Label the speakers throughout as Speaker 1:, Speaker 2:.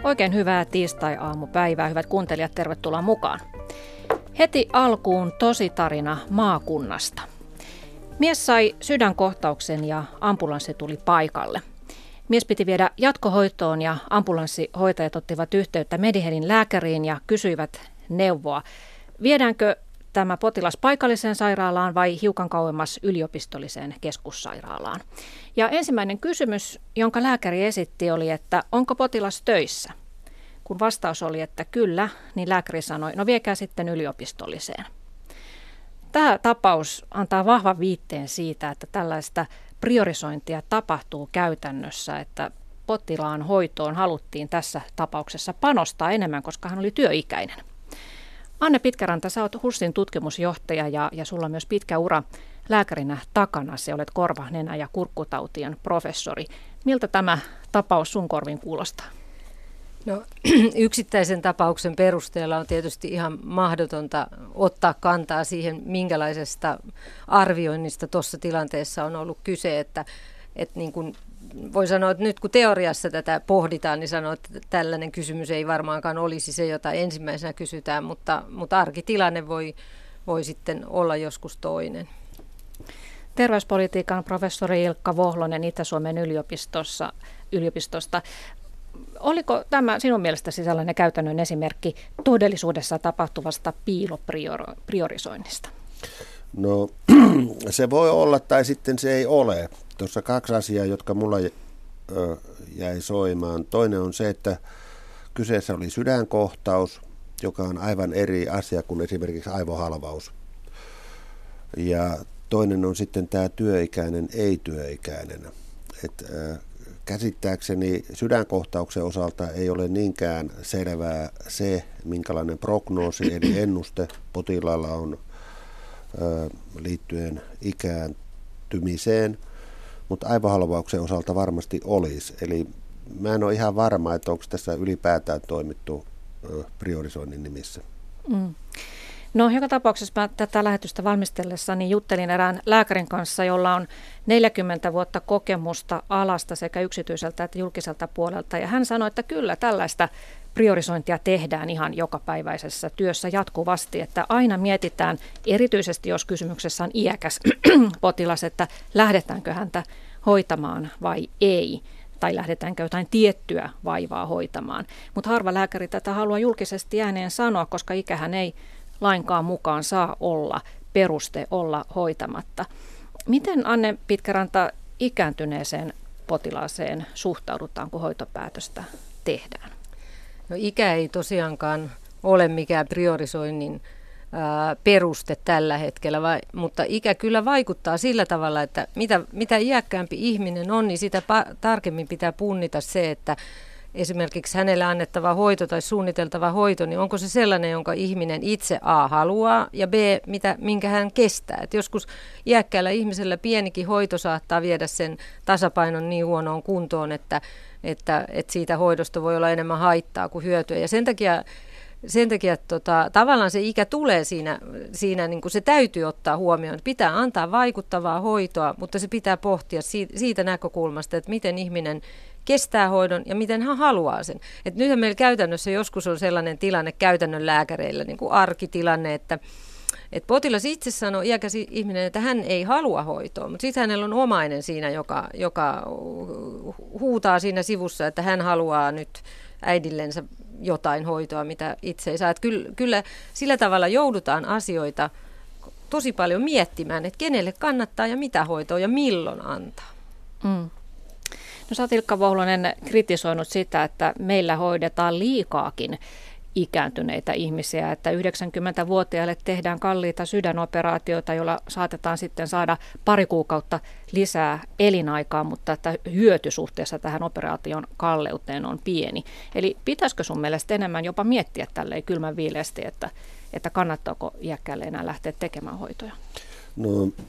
Speaker 1: Oikein hyvää tiistai-aamupäivää, hyvät kuuntelijat, tervetuloa mukaan. Heti alkuun tositarina maakunnasta. Mies sai sydänkohtauksen ja ambulanssi tuli paikalle. Mies piti viedä jatkohoitoon ja ambulanssihoitajat ottivat yhteyttä Medihedin lääkäriin ja kysyivät neuvoa. Viedäänkö tämä potilas paikalliseen sairaalaan vai hiukan kauemmas yliopistolliseen keskussairaalaan? Ja ensimmäinen kysymys, jonka lääkäri esitti, oli, että onko potilas töissä? Kun vastaus oli, että kyllä, niin lääkäri sanoi, no viekää sitten yliopistolliseen. Tämä tapaus antaa vahvan viitteen siitä, että tällaista priorisointia tapahtuu käytännössä, että potilaan hoitoon haluttiin tässä tapauksessa panostaa enemmän, koska hän oli työikäinen. Anne Pitkäranta, sä oot HUSin tutkimusjohtaja ja sulla on myös pitkä ura lääkärinä takana. Sä olet korva-, nenä- ja kurkkutautien professori. Miltä tämä tapaus sun korviin kuulostaa?
Speaker 2: No, yksittäisen tapauksen perusteella on tietysti ihan mahdotonta ottaa kantaa siihen, minkälaisesta arvioinnista tuossa tilanteessa on ollut kyse, että niin kuin voi sanoa, että nyt kun teoriassa tätä pohditaan, niin sanoo, että tällainen kysymys ei varmaankaan olisi se, jota ensimmäisenä kysytään, mutta arkitilanne voi sitten olla joskus toinen.
Speaker 1: Terveyspolitiikan professori Ilkka Vohlonen Itä-Suomen yliopistosta. Oliko tämä sinun mielestäsi sellainen käytännön esimerkki todellisuudessa tapahtuvasta piilopriorisoinnista?
Speaker 3: No se voi olla tai sitten se ei ole. Tuossa kaksi asiaa, jotka mulla jäi soimaan. Toinen on se, että kyseessä oli sydänkohtaus, joka on aivan eri asia kuin esimerkiksi aivohalvaus. Ja toinen on sitten tämä työikäinen, ei-työikäinen. Käsittääkseni sydänkohtauksen osalta ei ole niinkään selvää se, minkälainen prognoosi eli ennuste potilaalla on liittyen ikääntymiseen, mutta aivohalvauksen osalta varmasti olisi. Eli mä en ole ihan varma, että onko tässä ylipäätään toimittu priorisoinnin nimissä.
Speaker 1: No joka tapauksessa mä tätä lähetystä valmistellessani juttelin erään lääkärin kanssa, jolla on 40 vuotta kokemusta alasta sekä yksityiseltä että julkiselta puolelta. Ja hän sanoi, että kyllä tällaista priorisointia tehdään ihan jokapäiväisessä työssä jatkuvasti, että aina mietitään, erityisesti jos kysymyksessä on iäkäs potilas, että lähdetäänkö häntä hoitamaan vai ei, tai lähdetäänkö jotain tiettyä vaivaa hoitamaan. Mutta harva lääkäri tätä haluaa julkisesti ääneen sanoa, koska ikähän ei lainkaan mukaan saa olla peruste olla hoitamatta. Miten, Anne Pitkäranta, ikääntyneeseen potilaaseen suhtaudutaan, kun hoitopäätöstä tehdään?
Speaker 2: No, ikä ei tosiaankaan ole mikään priorisoinnin peruste tällä hetkellä, mutta ikä kyllä vaikuttaa sillä tavalla, että mitä iäkkäämpi ihminen on, niin sitä tarkemmin pitää punnita se, että esimerkiksi hänelle annettava hoito tai suunniteltava hoito, niin onko se sellainen, jonka ihminen itse A haluaa ja B, minkä hän kestää. Et joskus iäkkäällä ihmisellä pienikin hoito saattaa viedä sen tasapainon niin huonoon kuntoon, että siitä hoidosta voi olla enemmän haittaa kuin hyötyä. Ja sen takia tavallaan se ikä tulee siinä niin kuin se täytyy ottaa huomioon. Pitää antaa vaikuttavaa hoitoa, mutta se pitää pohtia siitä näkökulmasta, että miten ihminen kestää hoidon ja miten hän haluaa sen. Et nythän meillä käytännössä joskus on sellainen tilanne käytännön lääkäreillä, niin kuin arkitilanne, että potilas itse sanoo, iäkäs ihminen, että hän ei halua hoitoa, mutta sitten hänellä on omainen siinä, joka huutaa siinä sivussa, että hän haluaa nyt äidillensä jotain hoitoa, mitä itse ei saa. Et kyllä sillä tavalla joudutaan asioita tosi paljon miettimään, että kenelle kannattaa ja mitä hoitoa ja milloin antaa.
Speaker 1: No sä oot, Ilkka Vohlonen, kritisoinut sitä, että meillä hoidetaan liikaakin ikääntyneitä ihmisiä, että 90-vuotiaille tehdään kalliita sydänoperaatioita, joilla saatetaan sitten saada pari kuukautta lisää elinaikaa, mutta että hyöty suhteessa tähän operaation kalleuteen on pieni. Eli pitäisikö sun mielestä enemmän jopa miettiä tälleen kylmän viileästi, että kannattaako iäkkäälle enää lähteä tekemään hoitoja?
Speaker 3: No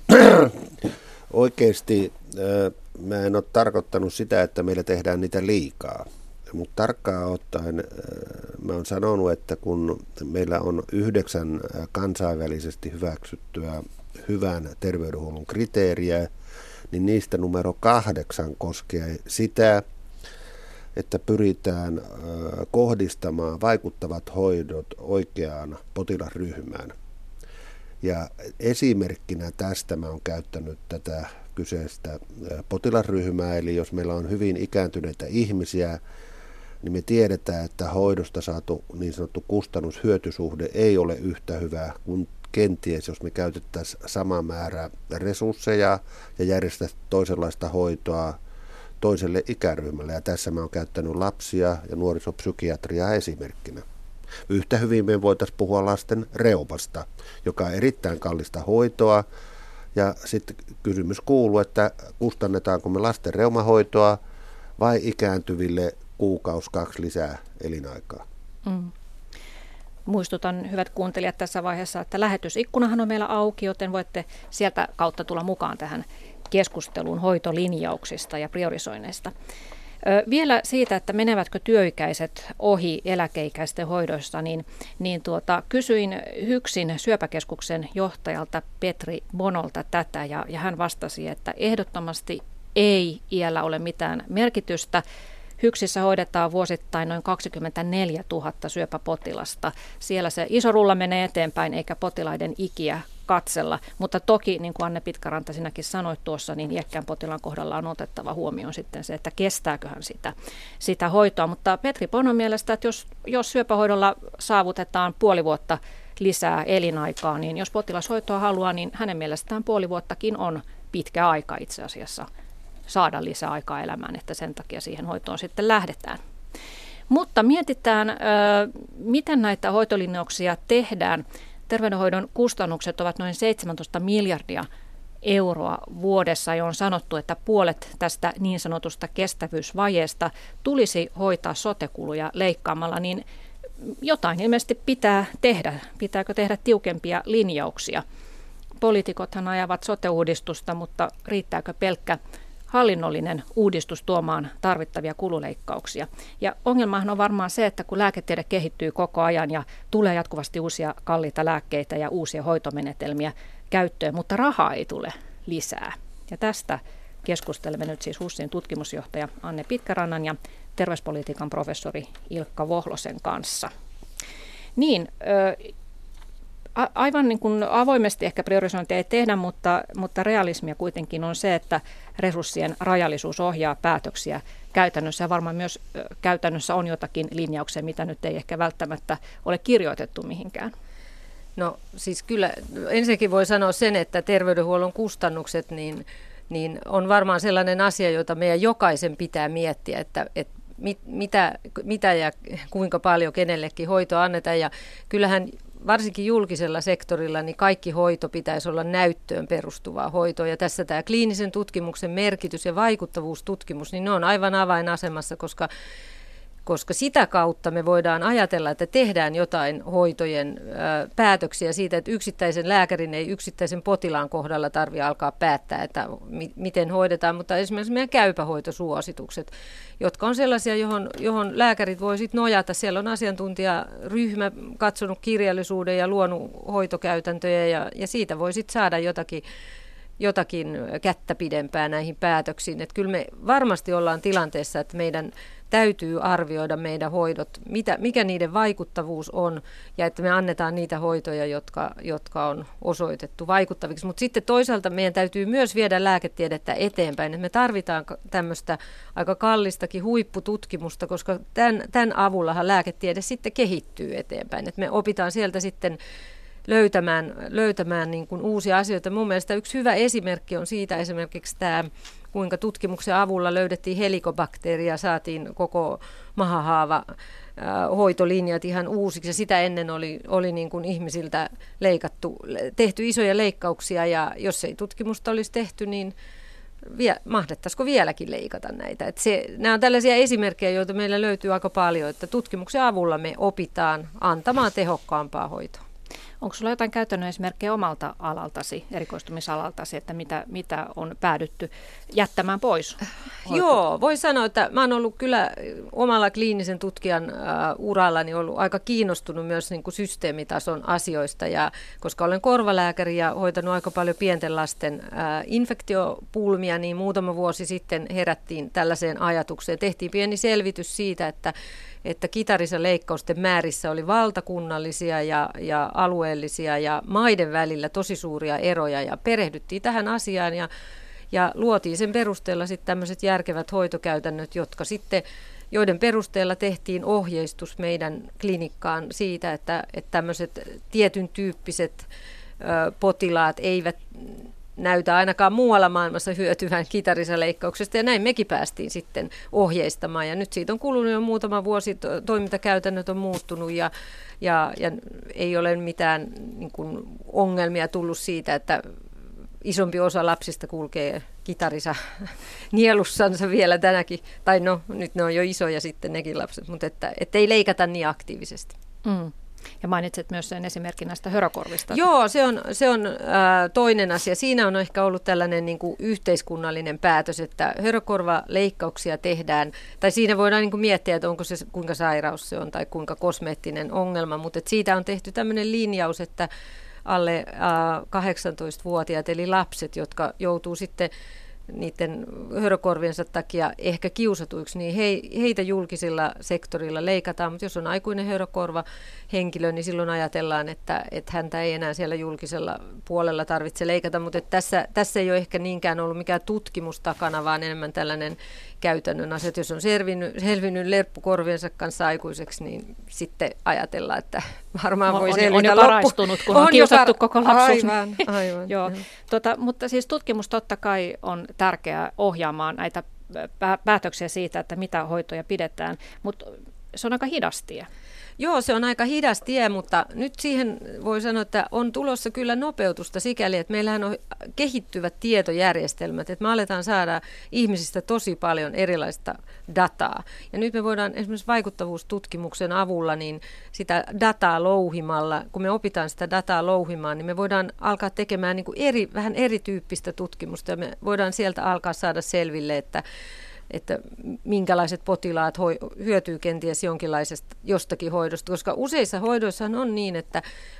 Speaker 3: oikeasti mä en ole tarkoittanut sitä, että meillä tehdään niitä liikaa. Mutta tarkkaan ottaen mä oon sanonut, että kun meillä on 9 kansainvälisesti hyväksyttyä hyvän terveydenhuollon kriteeriä, niin niistä numero 8 koskee sitä, että pyritään kohdistamaan vaikuttavat hoidot oikeaan potilasryhmään. Ja esimerkkinä tästä mä oon käyttänyt tätä kyseistä potilasryhmää, eli jos meillä on hyvin ikääntyneitä ihmisiä, niin me tiedetään, että hoidosta saatu niin sanottu kustannushyötysuhde ei ole yhtä hyvä kuin kenties, jos me käytettäisiin sama määrä resursseja ja järjestettäisiin toisenlaista hoitoa toiselle ikäryhmälle. Ja tässä mä oon käyttänyt lapsia ja nuorisopsykiatriaa esimerkkinä. Yhtä hyvin me voitaisiin puhua lasten reumasta, joka on erittäin kallista hoitoa. Ja sitten kysymys kuuluu, että kustannetaanko me lasten reumahoitoa vai ikääntyville kuukausi 2 lisää elinaikaa.
Speaker 1: Muistutan, hyvät kuuntelijat, tässä vaiheessa, että lähetysikkunahan on meillä auki, joten voitte sieltä kautta tulla mukaan tähän keskusteluun hoitolinjauksista ja priorisoinneista. Vielä siitä, että menevätkö työikäiset ohi eläkeikäisten hoidoissa, kysyin HYKSin syöpäkeskuksen johtajalta Petri Bonolta tätä ja hän vastasi, että ehdottomasti ei iällä ole mitään merkitystä. HYKSissä hoidetaan vuosittain noin 24 000 syöpäpotilasta. Siellä se iso rulla menee eteenpäin eikä potilaiden ikiä katsella, mutta toki, niin kuin Anne Pitkaranta sinäkin sanoit tuossa, niin iäkkään potilaan kohdalla on otettava huomioon sitten se, että kestääköhän sitä hoitoa. Mutta Petri Bonon mielestä, että jos syöpähoidolla saavutetaan puoli vuotta lisää elinaikaa, niin jos potilas hoitoa haluaa, niin hänen mielestään puoli vuottakin on pitkä aika itse asiassa saada lisää aikaa elämään, että sen takia siihen hoitoon sitten lähdetään. Mutta mietitään, miten näitä hoitolinjauksia tehdään. Terveydenhoidon kustannukset ovat noin 17 miljardia euroa vuodessa ja on sanottu, että puolet tästä niin sanotusta kestävyysvajeesta tulisi hoitaa sote-kuluja leikkaamalla, niin jotain ilmeisesti pitää tehdä. Pitääkö tehdä tiukempia linjauksia? Poliitikothan ajavat sote-uudistusta, mutta riittääkö pelkkä hallinnollinen uudistus tuomaan tarvittavia kululeikkauksia. Ja ongelmahan on varmaan se, että kun lääketiede kehittyy koko ajan ja tulee jatkuvasti uusia kalliita lääkkeitä ja uusia hoitomenetelmiä käyttöön, mutta rahaa ei tule lisää. Ja tästä keskustelemme nyt siis HUSin tutkimusjohtaja Anne Pitkärannan ja terveyspolitiikan professori Ilkka Vohlosen kanssa. Niin, aivan niin kuin avoimesti ehkä priorisointia ei tehdä, mutta realismia kuitenkin on se, että resurssien rajallisuus ohjaa päätöksiä käytännössä. Ja varmaan myös käytännössä on jotakin linjauksia, mitä nyt ei ehkä välttämättä ole kirjoitettu mihinkään.
Speaker 2: No siis kyllä ensinnäkin voi sanoa sen, että terveydenhuollon kustannukset niin on varmaan sellainen asia, jota meidän jokaisen pitää miettiä, että mitä ja kuinka paljon kenellekin hoitoa annetaan. Ja kyllähän varsinkin julkisella sektorilla niin kaikki hoito pitäisi olla näyttöön perustuvaa hoitoa. Ja tässä tämä kliinisen tutkimuksen merkitys ja vaikuttavuustutkimus, niin ne on aivan avainasemassa, koska sitä kautta me voidaan ajatella, että tehdään jotain hoitojen päätöksiä siitä, että yksittäisen lääkärin ei yksittäisen potilaan kohdalla tarvitse alkaa päättää, että miten hoidetaan, mutta esimerkiksi meidän käypähoitosuositukset, jotka on sellaisia, johon lääkärit voi sitten nojata. Siellä on asiantuntijaryhmä katsonut kirjallisuuden ja luonut hoitokäytäntöjä ja siitä voi sitten saada jotakin kättä pidempää näihin päätöksiin. Että kyllä me varmasti ollaan tilanteessa, että meidän täytyy arvioida meidän hoidot, mikä niiden vaikuttavuus on, ja että me annetaan niitä hoitoja, jotka on osoitettu vaikuttaviksi. Mutta sitten toisaalta meidän täytyy myös viedä lääketiedettä eteenpäin, että me tarvitaan tämmöistä aika kallistakin huippututkimusta, koska tämän avullahan lääketiede sitten kehittyy eteenpäin. Että me opitaan sieltä sitten löytämään niin kuin uusia asioita. Mun mielestä yksi hyvä esimerkki on siitä esimerkiksi tämä, kuinka tutkimuksen avulla löydettiin helikobakteeria, saatiin koko mahahaava hoitolinjat ihan uusiksi. Ja sitä ennen oli niin kuin ihmisiltä tehty isoja leikkauksia, ja jos ei tutkimusta olisi tehty, niin mahdettaisiko vieläkin leikata näitä. Nämä on tällaisia esimerkkejä, joita meillä löytyy aika paljon, että tutkimuksen avulla me opitaan antamaan tehokkaampaa hoitoa.
Speaker 1: Onko sulla jotain käytännön esimerkkejä omalta alaltasi, erikoistumisalaltasi, että mitä on päädytty jättämään pois?
Speaker 2: Joo, voi sanoa, että mä oon ollut kyllä omalla kliinisen tutkijan urallani ollut aika kiinnostunut myös niin kuin systeemitason asioista, ja koska olen korvalääkäri ja hoitanut aika paljon pienten lasten infektiopulmia, niin muutama vuosi sitten herättiin tällaiseen ajatukseen. Tehtiin pieni selvitys siitä, että kitarisleikkausten määrissä oli valtakunnallisia ja alueellisia ja maiden välillä tosi suuria eroja, ja perehdyttiin tähän asiaan ja luotiin sen perusteella sitten tämmöiset järkevät hoitokäytännöt, joiden perusteella tehtiin ohjeistus meidän klinikkaan siitä, että tämmöiset tietyn tyyppiset potilaat eivät näytä ainakaan muualla maailmassa hyötyvän kitarisaleikkauksesta, ja näin mekin päästiin sitten ohjeistamaan, ja nyt siitä on kulunut jo muutama vuosi, toimintakäytännöt on muuttunut, ja ei ole mitään niin kuin ongelmia tullut siitä, että isompi osa lapsista kulkee kitarisa nielussansa vielä tänäkin, tai no nyt ne on jo isoja sitten nekin lapset, mutta että ei leikata niin aktiivisesti.
Speaker 1: Mm. Ja mainitset myös sen esimerkin näistä hörökorvista.
Speaker 2: Joo, se on toinen asia. Siinä on ehkä ollut tällainen niin kuin yhteiskunnallinen päätös, että hörökorvaleikkauksia tehdään, tai siinä voidaan niin kuin miettiä, että onko se kuinka sairaus se on tai kuinka kosmeettinen ongelma, mutta että siitä on tehty tämmöinen linjaus, että alle 18-vuotiaat, eli lapset, jotka joutuu sitten niiden hörökorviensa takia ehkä kiusatuiksi, niin heitä julkisilla sektorilla leikataan, mutta jos on aikuinen hörökorvahenkilö, niin silloin ajatellaan, että häntä ei enää siellä julkisella puolella tarvitse leikata, mutta tässä ei ole ehkä niinkään ollut mikään tutkimus takana, vaan enemmän tällainen käytännön asia. Jos on selvinnyt lerppukorviensa kanssa aikuiseksi, niin sitten ajatellaan, että varmaan voi selvitä
Speaker 1: on jo taraistunut, kun on kiusattu koko lapsuus.
Speaker 2: Aivan.
Speaker 1: Joo. Mutta siis tutkimus totta kai on tärkeää ohjaamaan näitä päätöksiä siitä, että mitä hoitoja pidetään, mutta se on aika hidas tie.
Speaker 2: Joo, se on aika hidas tie, mutta nyt siihen voi sanoa, että on tulossa kyllä nopeutusta sikäli, että meillähän on kehittyvät tietojärjestelmät, että me aletaan saada ihmisistä tosi paljon erilaista dataa. Ja nyt me voidaan esimerkiksi vaikuttavuustutkimuksen avulla niin sitä dataa louhimalla, kun me opitaan sitä dataa louhimaan, niin me voidaan alkaa tekemään niin kuin vähän erityyppistä tutkimusta, ja me voidaan sieltä alkaa saada selville, että minkälaiset potilaat hyötyy kenties jonkinlaisesta jostakin hoidosta, koska useissa hoidoissahan on niin, että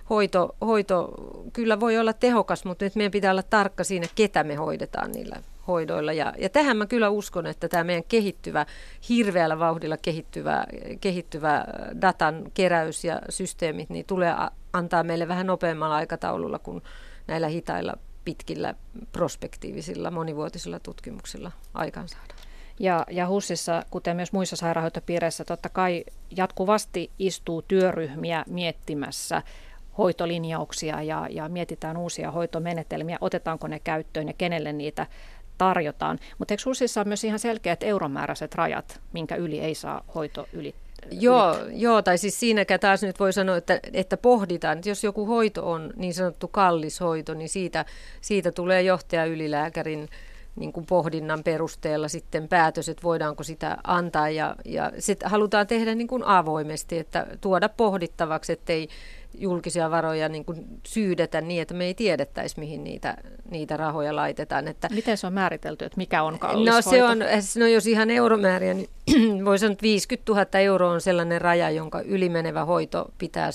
Speaker 2: hoito kyllä voi olla tehokas, mutta nyt meidän pitää olla tarkka siinä, ketä me hoidetaan niillä hoidoilla. Ja tähän mä kyllä uskon, että tämä meidän hirveällä vauhdilla kehittyvä datan keräys ja systeemit niin tulee antaa meille vähän nopeammalla aikataululla kuin näillä hitailla, pitkillä, prospektiivisilla, monivuotisilla tutkimuksilla aikaansaadaan.
Speaker 1: Ja HUSissa, kuten myös muissa sairaanhoitopiireissä, totta kai jatkuvasti istuu työryhmiä miettimässä hoitolinjauksia ja mietitään uusia hoitomenetelmiä, otetaanko ne käyttöön ja kenelle niitä tarjotaan. Mutta eikö HUSissa ole myös ihan selkeät euromääräiset rajat, minkä yli ei saa hoito ylittää?
Speaker 2: Joo, tai siis siinäkään taas nyt voi sanoa, että pohditaan, että jos joku hoito on niin sanottu kallis hoito, niin siitä tulee johtajaylilääkärin niin kuin pohdinnan perusteella sitten päätös, että voidaanko sitä antaa, ja sitten halutaan tehdä niin kuin avoimesti, että tuoda pohdittavaksi, ettei julkisia varoja niin kuin syydetä niin, että me ei tiedettäisi, mihin niitä rahoja laitetaan.
Speaker 1: Miten se on määritelty, että mikä on kallis hoito?
Speaker 2: Jos ihan euromääriä, niin voi sanoa, että 50 000 € on sellainen raja, jonka ylimenevä hoito pitää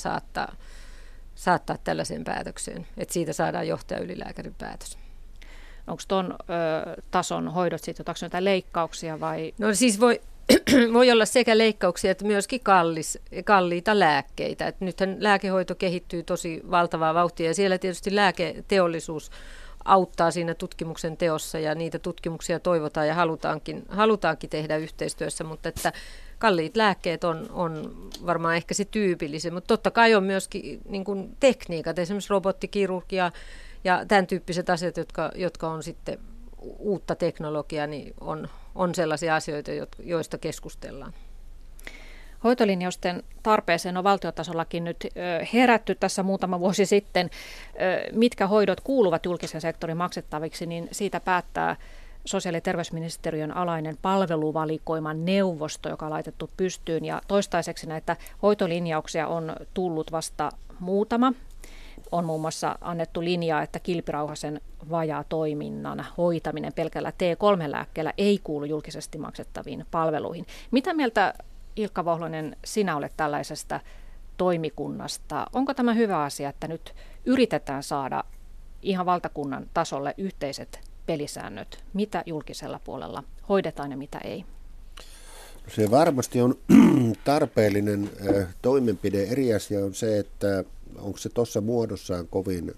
Speaker 2: saattaa tällaiseen päätökseen, että siitä saadaan johtajaylilääkärin päätös.
Speaker 1: Onko tuon tason hoidot sitten jotain leikkauksia vai?
Speaker 2: No siis voi olla sekä leikkauksia että myöskin kalliita lääkkeitä. Et nythän lääkehoito kehittyy tosi valtavaa vauhtia, ja siellä tietysti lääketeollisuus auttaa siinä tutkimuksen teossa, ja niitä tutkimuksia toivotaan ja halutaankin tehdä yhteistyössä, mutta että kalliit lääkkeet on varmaan ehkä se tyypillisin, mutta totta kai on myöskin niin kuin tekniikat, esimerkiksi robottikirurgia ja tämän tyyppiset asiat, jotka on sitten uutta teknologiaa, niin on sellaisia asioita, joista keskustellaan.
Speaker 1: Hoitolinjausten tarpeeseen on valtiotasollakin nyt herätty tässä muutama vuosi sitten. Mitkä hoidot kuuluvat julkisen sektorin maksettaviksi, niin siitä päättää sosiaali- ja terveysministeriön alainen palveluvalikoiman neuvosto, joka on laitettu pystyyn. Ja toistaiseksi näitä hoitolinjauksia on tullut vasta muutama. on muun muassa annettu linjaa, että Kilpirauhasen vajaatoiminnan hoitaminen pelkällä T3-lääkkeellä ei kuulu julkisesti maksettaviin palveluihin. Mitä mieltä, Ilkka Vohlonen, sinä olet tällaisesta toimikunnasta? Onko tämä hyvä asia, että nyt yritetään saada ihan valtakunnan tasolle yhteiset pelisäännöt, mitä julkisella puolella hoidetaan ja mitä ei?
Speaker 3: Se varmasti on tarpeellinen toimenpide. Eri asia on se, että onko se tuossa muodossaan kovin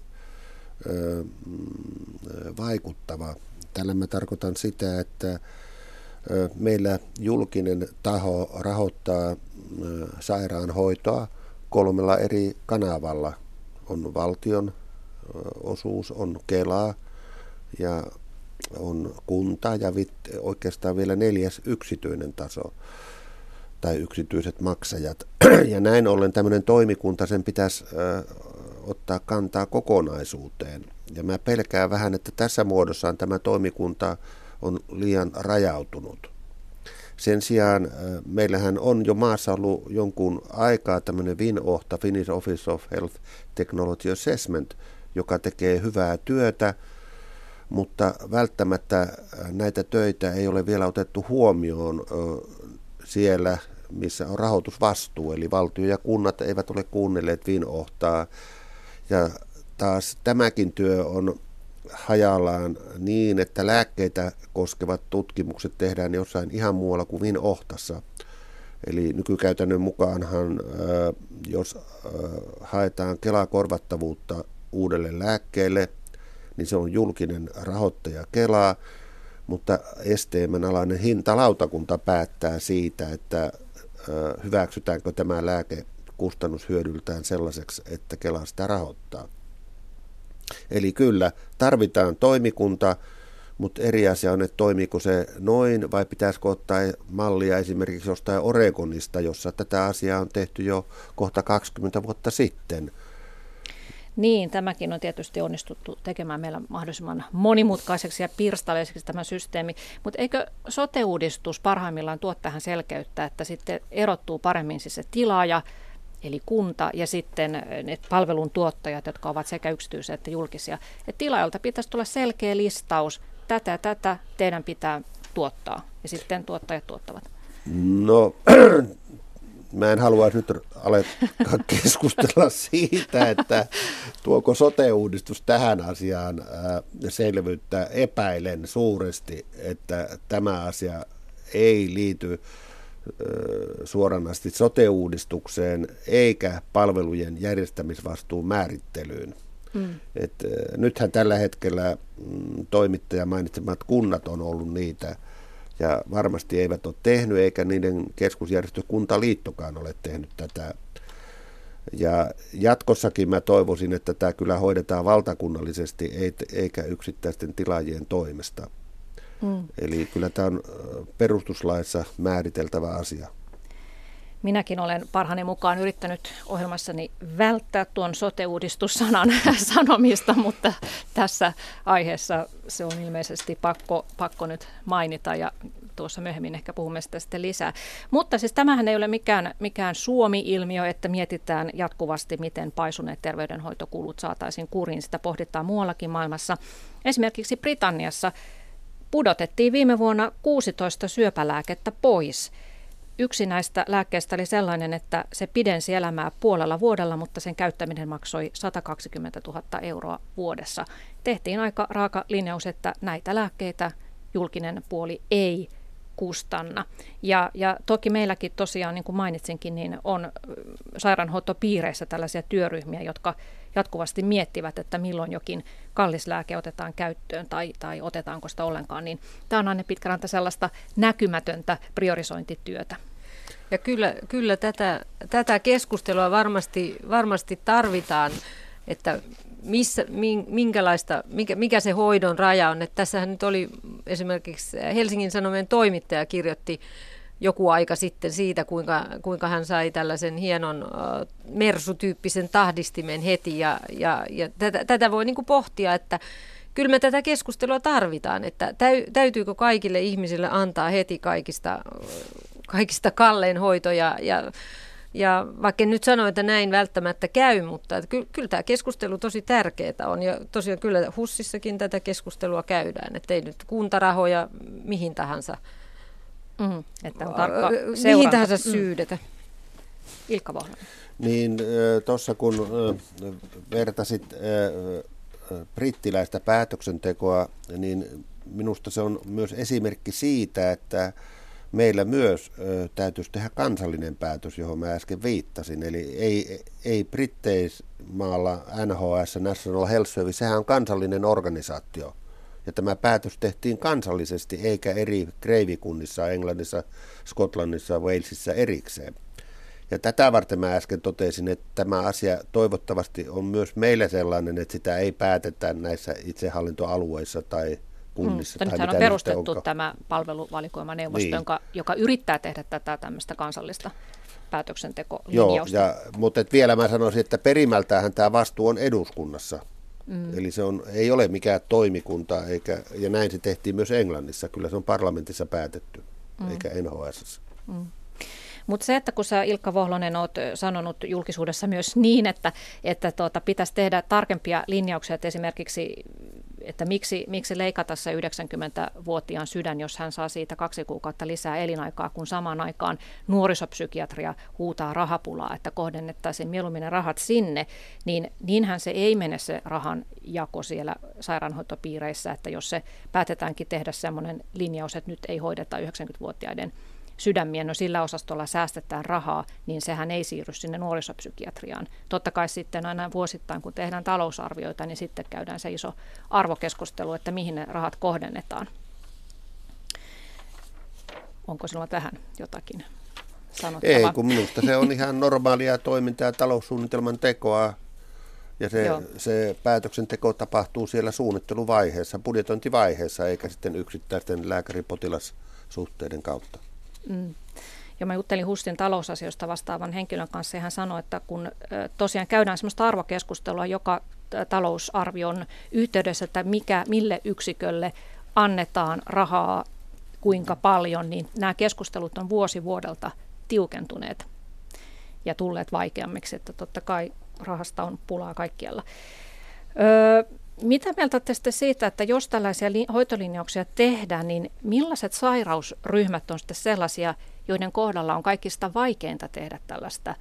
Speaker 3: vaikuttava. Tällä mä tarkoitan sitä, että meillä julkinen taho rahoittaa sairaanhoitoa 3 eri kanavalla. On valtion osuus, on Kela ja on kunta ja oikeastaan vielä 4. yksityinen taso tai yksityiset maksajat. Ja näin ollen tämmöinen toimikunta, sen pitäisi ottaa kantaa kokonaisuuteen. Ja mä pelkään vähän, että tässä muodossaan tämä toimikunta on liian rajautunut. Sen sijaan meillähän on jo maassa ollut jonkun aikaa tämmöinen VINOHTA, Finnish Office of Health Technology Assessment, joka tekee hyvää työtä, mutta välttämättä näitä töitä ei ole vielä otettu huomioon siellä, missä on rahoitusvastuu, eli valtio ja kunnat eivät ole kuunnelleet VINOHTAa. Ja taas tämäkin työ on hajallaan niin, että lääkkeitä koskevat tutkimukset tehdään jossain ihan muualla kuin VINOHTassa. Eli nykykäytännön mukaanhan, jos haetaan Kela-korvattavuutta uudelle lääkkeelle, niin se on julkinen rahoittaja Kela, mutta STM:n alainen hintalautakunta päättää siitä, että hyväksytäänkö tämä lääke kustannushyödyltään sellaiseksi, että Kela sitä rahoittaa. Eli kyllä, tarvitaan toimikunta, mutta eri asia on, että toimiiko se noin vai pitäisikö ottaa mallia esimerkiksi jostain Oregonista, jossa tätä asiaa on tehty jo kohta 20 vuotta sitten.
Speaker 1: Niin, tämäkin on tietysti onnistuttu tekemään meillä mahdollisimman monimutkaiseksi ja pirstaleiseksi tämä systeemi, mutta eikö sote-uudistus parhaimmillaan tuo tähän selkeyttä, että sitten erottuu paremmin siis se tilaaja, eli kunta, ja sitten ne palveluntuottajat, jotka ovat sekä yksityisiä että julkisia. Et tilaajalta pitäisi tulla selkeä listaus, tätä teidän pitää tuottaa, ja sitten tuottajat tuottavat.
Speaker 3: No, mä en halua nyt alkaa keskustella siitä, että tuoko sote-uudistus tähän asiaan selvyyttä. Epäilen suuresti, että tämä asia ei liity suoranaisesti sote-uudistukseen eikä palvelujen järjestämisvastuun määrittelyyn. Nythän tällä hetkellä toimittaja mainitsemat kunnat on ollut niitä, ja varmasti eivät ole tehnyt, eikä niiden keskusjärjestö Kuntaliittokaan ole tehnyt tätä. Ja jatkossakin mä toivoisin, että tämä kyllä hoidetaan valtakunnallisesti, eikä yksittäisten tilaajien toimesta. Eli kyllä tämä on perustuslaissa määriteltävä asia.
Speaker 1: Minäkin olen parhaani mukaan yrittänyt ohjelmassani välttää tuon sote-uudistussanan sanomista, mutta tässä aiheessa se on ilmeisesti pakko nyt mainita ja tuossa myöhemmin ehkä puhumme sitä sitten lisää. Mutta siis tämähän ei ole mikään Suomi-ilmiö, että mietitään jatkuvasti, miten paisuneet terveydenhoitokulut saataisiin kuriin. Sitä pohditaan muuallakin maailmassa. Esimerkiksi Britanniassa pudotettiin viime vuonna 16 syöpälääkettä pois. Yksi näistä lääkkeistä oli sellainen, että se pidensi elämää 0,5 vuodella, mutta sen käyttäminen maksoi 120 000 euroa vuodessa. Tehtiin aika raaka linjaus, että näitä lääkkeitä julkinen puoli ei kustanna. Ja toki meilläkin tosiaan, niin kuin mainitsinkin, niin on sairaanhoitopiireissä tällaisia työryhmiä, jotka jatkuvasti miettivät, että milloin jokin kallis lääke otetaan käyttöön tai otetaanko sitä ollenkaan. Niin tämä on aina pitkältä sellaista näkymätöntä priorisointityötä.
Speaker 2: Ja kyllä tätä keskustelua varmasti tarvitaan, että mikä se hoidon raja on. Että tässähän nyt oli esimerkiksi Helsingin Sanomien toimittaja kirjoitti joku aika sitten siitä, kuinka hän sai tällaisen hienon Mersu-tyyppisen tahdistimen heti. Ja tätä voi niin kuin pohtia, että kyllä me tätä keskustelua tarvitaan, että täytyykö kaikille ihmisille antaa heti kaikista kallein hoito ja Ja vaikka en nyt sano, että näin välttämättä käy, mutta että kyllä tämä keskustelu tosi tärkeää on. Ja tosiaan kyllä HUSissakin tätä keskustelua käydään, että ei nyt kuntarahoja mihin tahansa,
Speaker 1: että on tarkka
Speaker 2: mihin tahansa syydetä.
Speaker 1: Ilkka Vohlonen.
Speaker 3: Niin tuossa kun vertasit brittiläistä päätöksentekoa, niin minusta se on myös esimerkki siitä, että meillä myös täytyisi tehdä kansallinen päätös, johon mä äsken viittasin. Eli ei Britteismaalla NHS, National Health Service, sehän on kansallinen organisaatio. Ja tämä päätös tehtiin kansallisesti, eikä eri kreivikunnissa, Englannissa, Skotlannissa, Walesissa erikseen. Ja tätä varten mä äsken totesin, että tämä asia toivottavasti on myös meillä sellainen, että sitä ei päätetä näissä itsehallintoalueissa tai kunnissa. Tai
Speaker 1: nythän on perustettu tämä palveluvalikoimaneuvosto, joka yrittää tehdä tätä tämmöistä kansallista päätöksentekolinjausta.
Speaker 3: Joo, mutta vielä mä sanoisin, että perimältäänhän tämä vastuu on eduskunnassa. Eli se ei ole mikään toimikunta, ja näin se tehtiin myös Englannissa. Kyllä se on parlamentissa päätetty, eikä NHS.
Speaker 1: Mutta se, että kun sä Ilkka Vohlonen oot sanonut julkisuudessa myös niin, että pitäisi tehdä tarkempia linjauksia, että esimerkiksi, että miksi leikata se 90-vuotiaan sydän, jos hän saa siitä 2 kuukautta lisää elinaikaa, kun samaan aikaan nuorisopsykiatria huutaa rahapulaa, että kohdennettaisiin mieluummin ne rahat sinne, niin niinhän se ei mene se rahan jako siellä sairaanhoitopiireissä, että jos se päätetäänkin tehdä sellainen linjaus, että nyt ei hoideta 90-vuotiaiden sydämiä, no sillä osastolla säästetään rahaa, niin sehän ei siirry sinne nuorisopsykiatriaan. Totta kai sitten aina vuosittain, kun tehdään talousarvioita, niin sitten käydään se iso arvokeskustelu, että mihin ne rahat kohdennetaan. Onko sinulla tähän jotakin sanottavaa?
Speaker 3: Ei, kun minusta se on ihan normaalia toimintaa, taloussuunnitelman tekoa, ja se päätöksenteko tapahtuu siellä suunnitteluvaiheessa, budjetointivaiheessa, eikä sitten yksittäisten lääkäri-potilassuhteiden kautta.
Speaker 1: Ja mä juttelin HUSin talousasioista vastaavan henkilön kanssa, ja hän sanoi, että kun tosiaan käydään sellaista arvokeskustelua joka talousarvion yhteydessä, että mille yksikölle annetaan rahaa, kuinka paljon, niin nämä keskustelut on vuosi vuodelta tiukentuneet ja tulleet vaikeammiksi, että totta kai rahasta on pulaa kaikkialla. Mitä mieltä te sitten siitä, että jos tällaisia hoitolinjauksia tehdään, niin millaiset sairausryhmät on sitten sellaisia, joiden kohdalla on kaikista vaikeinta tehdä tällaista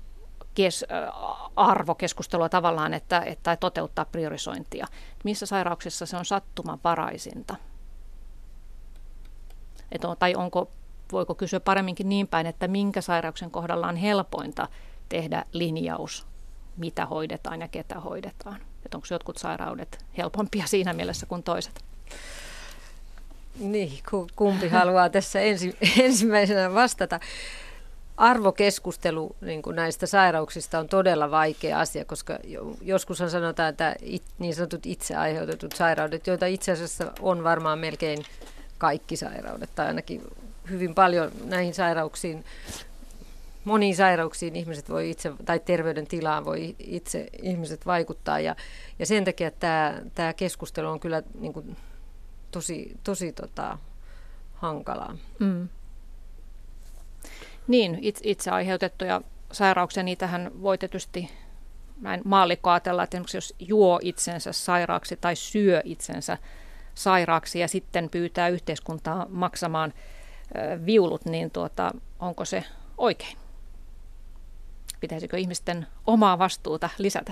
Speaker 1: arvokeskustelua tavallaan, että toteuttaa priorisointia? Missä sairauksissa se on sattumanvaraisinta? Tai voiko kysyä paremminkin niin päin, että minkä sairauksen kohdalla on helpointa tehdä linjaus, mitä hoidetaan ja ketä hoidetaan? Että onko jotkut sairaudet helpompia siinä mielessä kuin toiset?
Speaker 2: Niin, kumpi haluaa tässä ensimmäisenä vastata? Arvokeskustelu niin kuin näistä sairauksista on todella vaikea asia, koska joskushan sanotaan, että niin sanotut itse aiheutetut sairaudet, joita itse asiassa on varmaan melkein kaikki sairaudet, tai ainakin hyvin paljon näihin sairauksiin, moniin sairauksiin ihmiset voi itse, tai terveydentilaan voi itse ihmiset vaikuttaa, ja sen takia tämä keskustelu on kyllä niin kuin tosi hankalaa.
Speaker 1: Niin, itse aiheutettuja sairauksia, niitähän voi tietysti näin maallikko ajatella, että jos juo itsensä sairaaksi tai syö itsensä sairaaksi ja sitten pyytää yhteiskuntaa maksamaan viulut, niin onko se oikein? Pitäisikö ihmisten omaa vastuuta lisätä?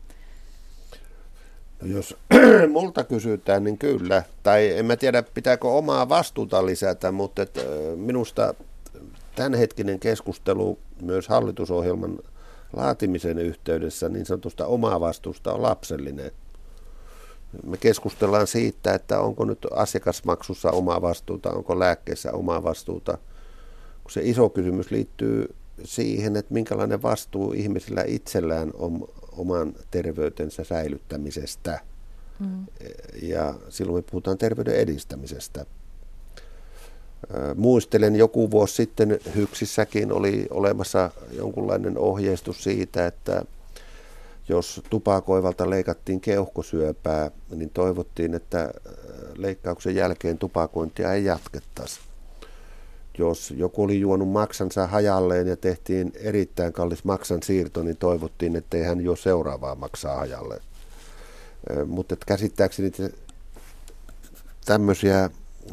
Speaker 3: No jos multa kysytään, niin kyllä. Tai en mä tiedä, pitääkö omaa vastuuta lisätä, mutta minusta tämänhetkinen keskustelu myös hallitusohjelman laatimisen yhteydessä niin sanotusta omaa vastuusta on lapsellinen. Me keskustellaan siitä, että onko nyt asiakasmaksussa omaa vastuuta, onko lääkkeissä omaa vastuuta. Kun se iso kysymys liittyy siihen, että minkälainen vastuu ihmisillä itsellään on oman terveytensä säilyttämisestä. Ja silloin me puhutaan terveyden edistämisestä. Muistelen, joku vuosi sitten HYKSissäkin oli olemassa jonkunlainen ohjeistus siitä, että jos tupakoivalta leikattiin keuhkosyöpää, niin toivottiin, että leikkauksen jälkeen tupakointia ei jatkettaisi. jos joku oli juonut maksansa hajalleen ja tehtiin erittäin kallis maksan siirto, niin toivottiin, että ei hän juo seuraavaa maksaa hajalleen. Mutta käsittääkseni tämmöisiä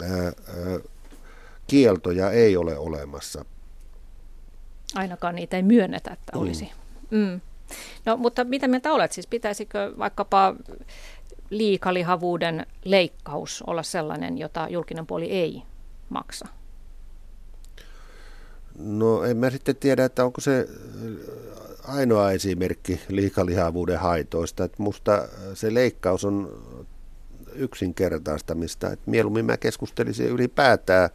Speaker 3: kieltoja ei ole olemassa.
Speaker 1: Ainakaan niitä ei myönnetä, että olisi. No, mutta mitä mieltä olet? Siis pitäisikö vaikkapa liikalihavuuden leikkaus olla sellainen, jota julkinen puoli ei maksa?
Speaker 3: No en mä sitten tiedä, että onko se ainoa esimerkki liikalihavuuden haitoista. Että musta se leikkaus on yksinkertaistamista. Että mieluummin mä keskustelisin ylipäätään.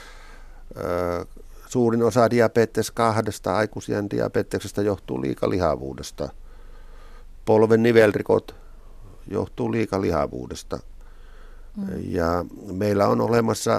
Speaker 3: Suurin osa diabetes 2, aikuisien diabeteksesta johtuu liikalihavuudesta. Polven nivelrikot johtuu liikalihavuudesta. Ja meillä on olemassa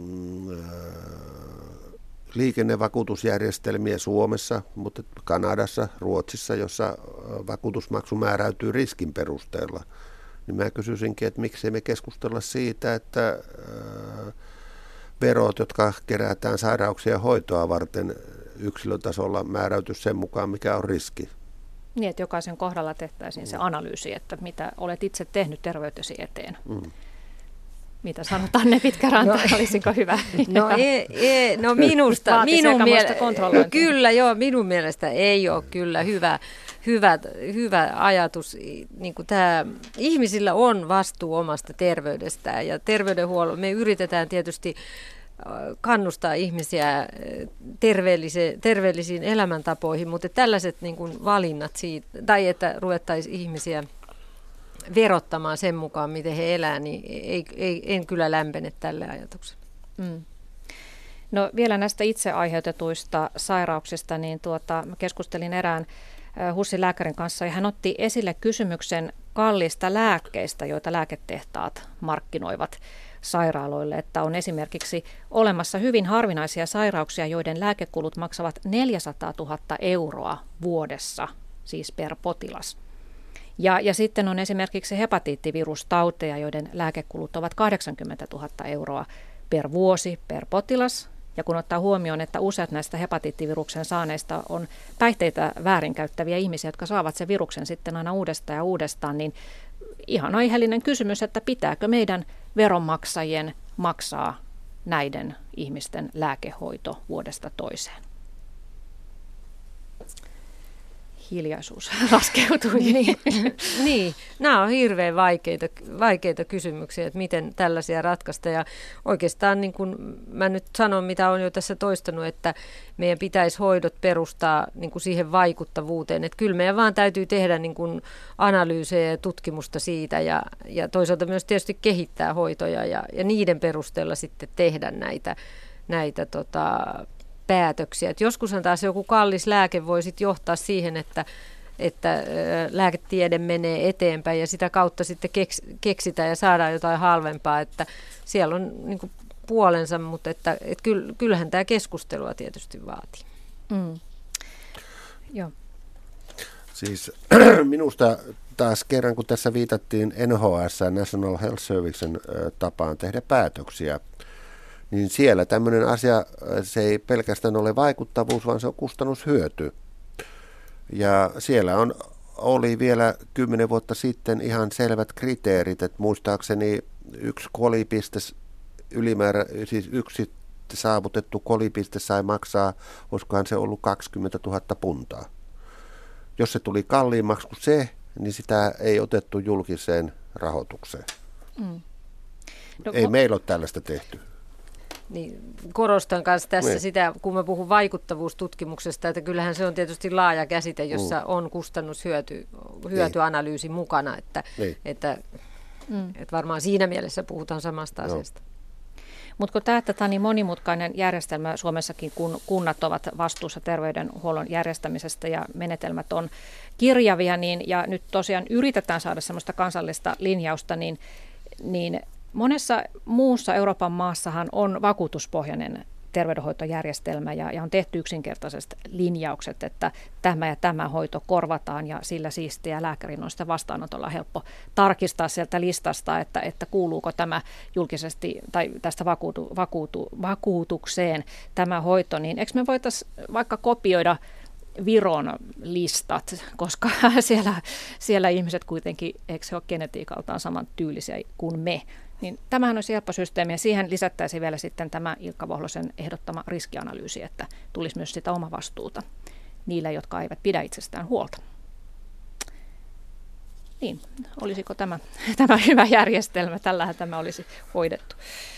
Speaker 3: liikennevakuutusjärjestelmiä Suomessa, mutta Kanadassa, Ruotsissa, jossa vakuutusmaksu määräytyy riskin perusteella. Niin mä kysyisinkin, että miksei me keskustella siitä, että verot, jotka kerätään sairauksia hoitoa varten yksilötasolla, määräytyy sen mukaan, mikä on riski.
Speaker 1: Niin, että jokaisen kohdalla tehtäisiin se analyysi, että mitä olet itse tehnyt terveytesi eteen. Mitä sanotaan, ne Pitkäranta, olisiko hyvä?
Speaker 2: No minusta,
Speaker 1: kyllä
Speaker 2: joo, minun mielestä ei ole kyllä hyvä ajatus. Niin kuin tämä, ihmisillä on vastuu omasta terveydestään ja terveydenhuollon, me yritetään tietysti kannustaa ihmisiä terveellisiin elämäntapoihin, mutta tällaiset niin kuin valinnat siitä, tai että ruvettaisiin ihmisiä verottamaan sen mukaan, miten he elää, niin en kyllä lämpene tälle ajatukselle.
Speaker 1: No vielä näistä itse aiheutetuista sairauksista, niin mä keskustelin erään HUSin lääkärin kanssa, ja hän otti esille kysymyksen kallista lääkkeistä, joita lääketehtaat markkinoivat sairaaloille, että on esimerkiksi olemassa hyvin harvinaisia sairauksia, joiden lääkekulut maksavat 400 000 euroa vuodessa, siis per potilas. Ja sitten on esimerkiksi hepatiittivirustauteja, joiden lääkekulut ovat 80 000 euroa per vuosi per potilas. Ja kun ottaa huomioon, että useat näistä hepatiittiviruksen saaneista on päihteitä väärinkäyttäviä ihmisiä, jotka saavat sen viruksen sitten aina uudestaan ja uudestaan, niin ihan aiheellinen kysymys, että pitääkö meidän veronmaksajien maksaa näiden ihmisten lääkehoito vuodesta toiseen? Hiljaisuus laskeutui.
Speaker 2: Niin, nämä on hirveän vaikeita kysymyksiä, että miten tällaisia ratkaista. Ja oikeastaan niin kuin mä nyt sanon, mitä olen jo tässä toistanut, että meidän pitäisi hoidot perustaa niin kuin siihen vaikuttavuuteen. Että kyllä meidän vaan täytyy tehdä niin kuin analyysejä ja tutkimusta siitä ja toisaalta myös tietysti kehittää hoitoja ja niiden perusteella sitten tehdä näitä päätöksiä. Et joskushan taas joku kallis lääke voi sit johtaa siihen, että lääketiede menee eteenpäin ja sitä kautta sitten keksitään ja saadaan jotain halvempaa, että siellä on niin kuin puolensa, mutta että kyllähän tämä keskustelua tietysti vaatii.
Speaker 1: Joo.
Speaker 3: Siis minusta taas kerran, kun tässä viitattiin NHS, National Health Servicen tapaan tehdä päätöksiä, niin siellä tämmöinen asia, se ei pelkästään ole vaikuttavuus, vaan se on kustannushyöty. Ja siellä oli vielä 10 vuotta sitten ihan selvät kriteerit, että muistaakseni yksi kolipiste siis yksi saavutettu kolipiste sai maksaa, olisikohan se ollut 20 000 puntaa. Jos se tuli kalliimmaksi kuin se, niin sitä ei otettu julkiseen rahoitukseen. Ei meillä ole tällaista tehty.
Speaker 2: Niin, korostan myös tässä sitä, kun mä puhun vaikuttavuustutkimuksesta, että kyllähän se on tietysti laaja käsite, jossa on kustannushyötyanalyysi mukana, että varmaan siinä mielessä puhutaan samasta asiasta.
Speaker 1: Mutta kun tämä on niin monimutkainen järjestelmä Suomessakin, kun kunnat ovat vastuussa terveydenhuollon järjestämisestä ja menetelmät on kirjavia, ja nyt tosiaan yritetään saada sellaista kansallista linjausta, niin monessa muussa Euroopan maassahan on vakuutuspohjainen terveydenhoitojärjestelmä ja on tehty yksinkertaiset linjaukset, että tämä ja tämä hoito korvataan ja sillä siistiä lääkärin on sitä vastaanotolla helppo tarkistaa sieltä listasta, että kuuluuko tämä julkisesti tai tästä vakuutukseen tämä hoito, niin eikö me voitaisiin vaikka kopioida Viron listat, koska siellä ihmiset kuitenkin, eikö se ole genetiikaltaan saman tyylisiä kuin me, niin tämähän olisi helppo systeemi ja siihen lisättäisiin vielä sitten tämä Ilkka Vohlosen ehdottama riskianalyysi, että tulisi myös sitä omavastuuta niillä, jotka eivät pidä itsestään huolta. Niin, olisiko tämä hyvä järjestelmä? Tällähän tämä olisi hoidettu.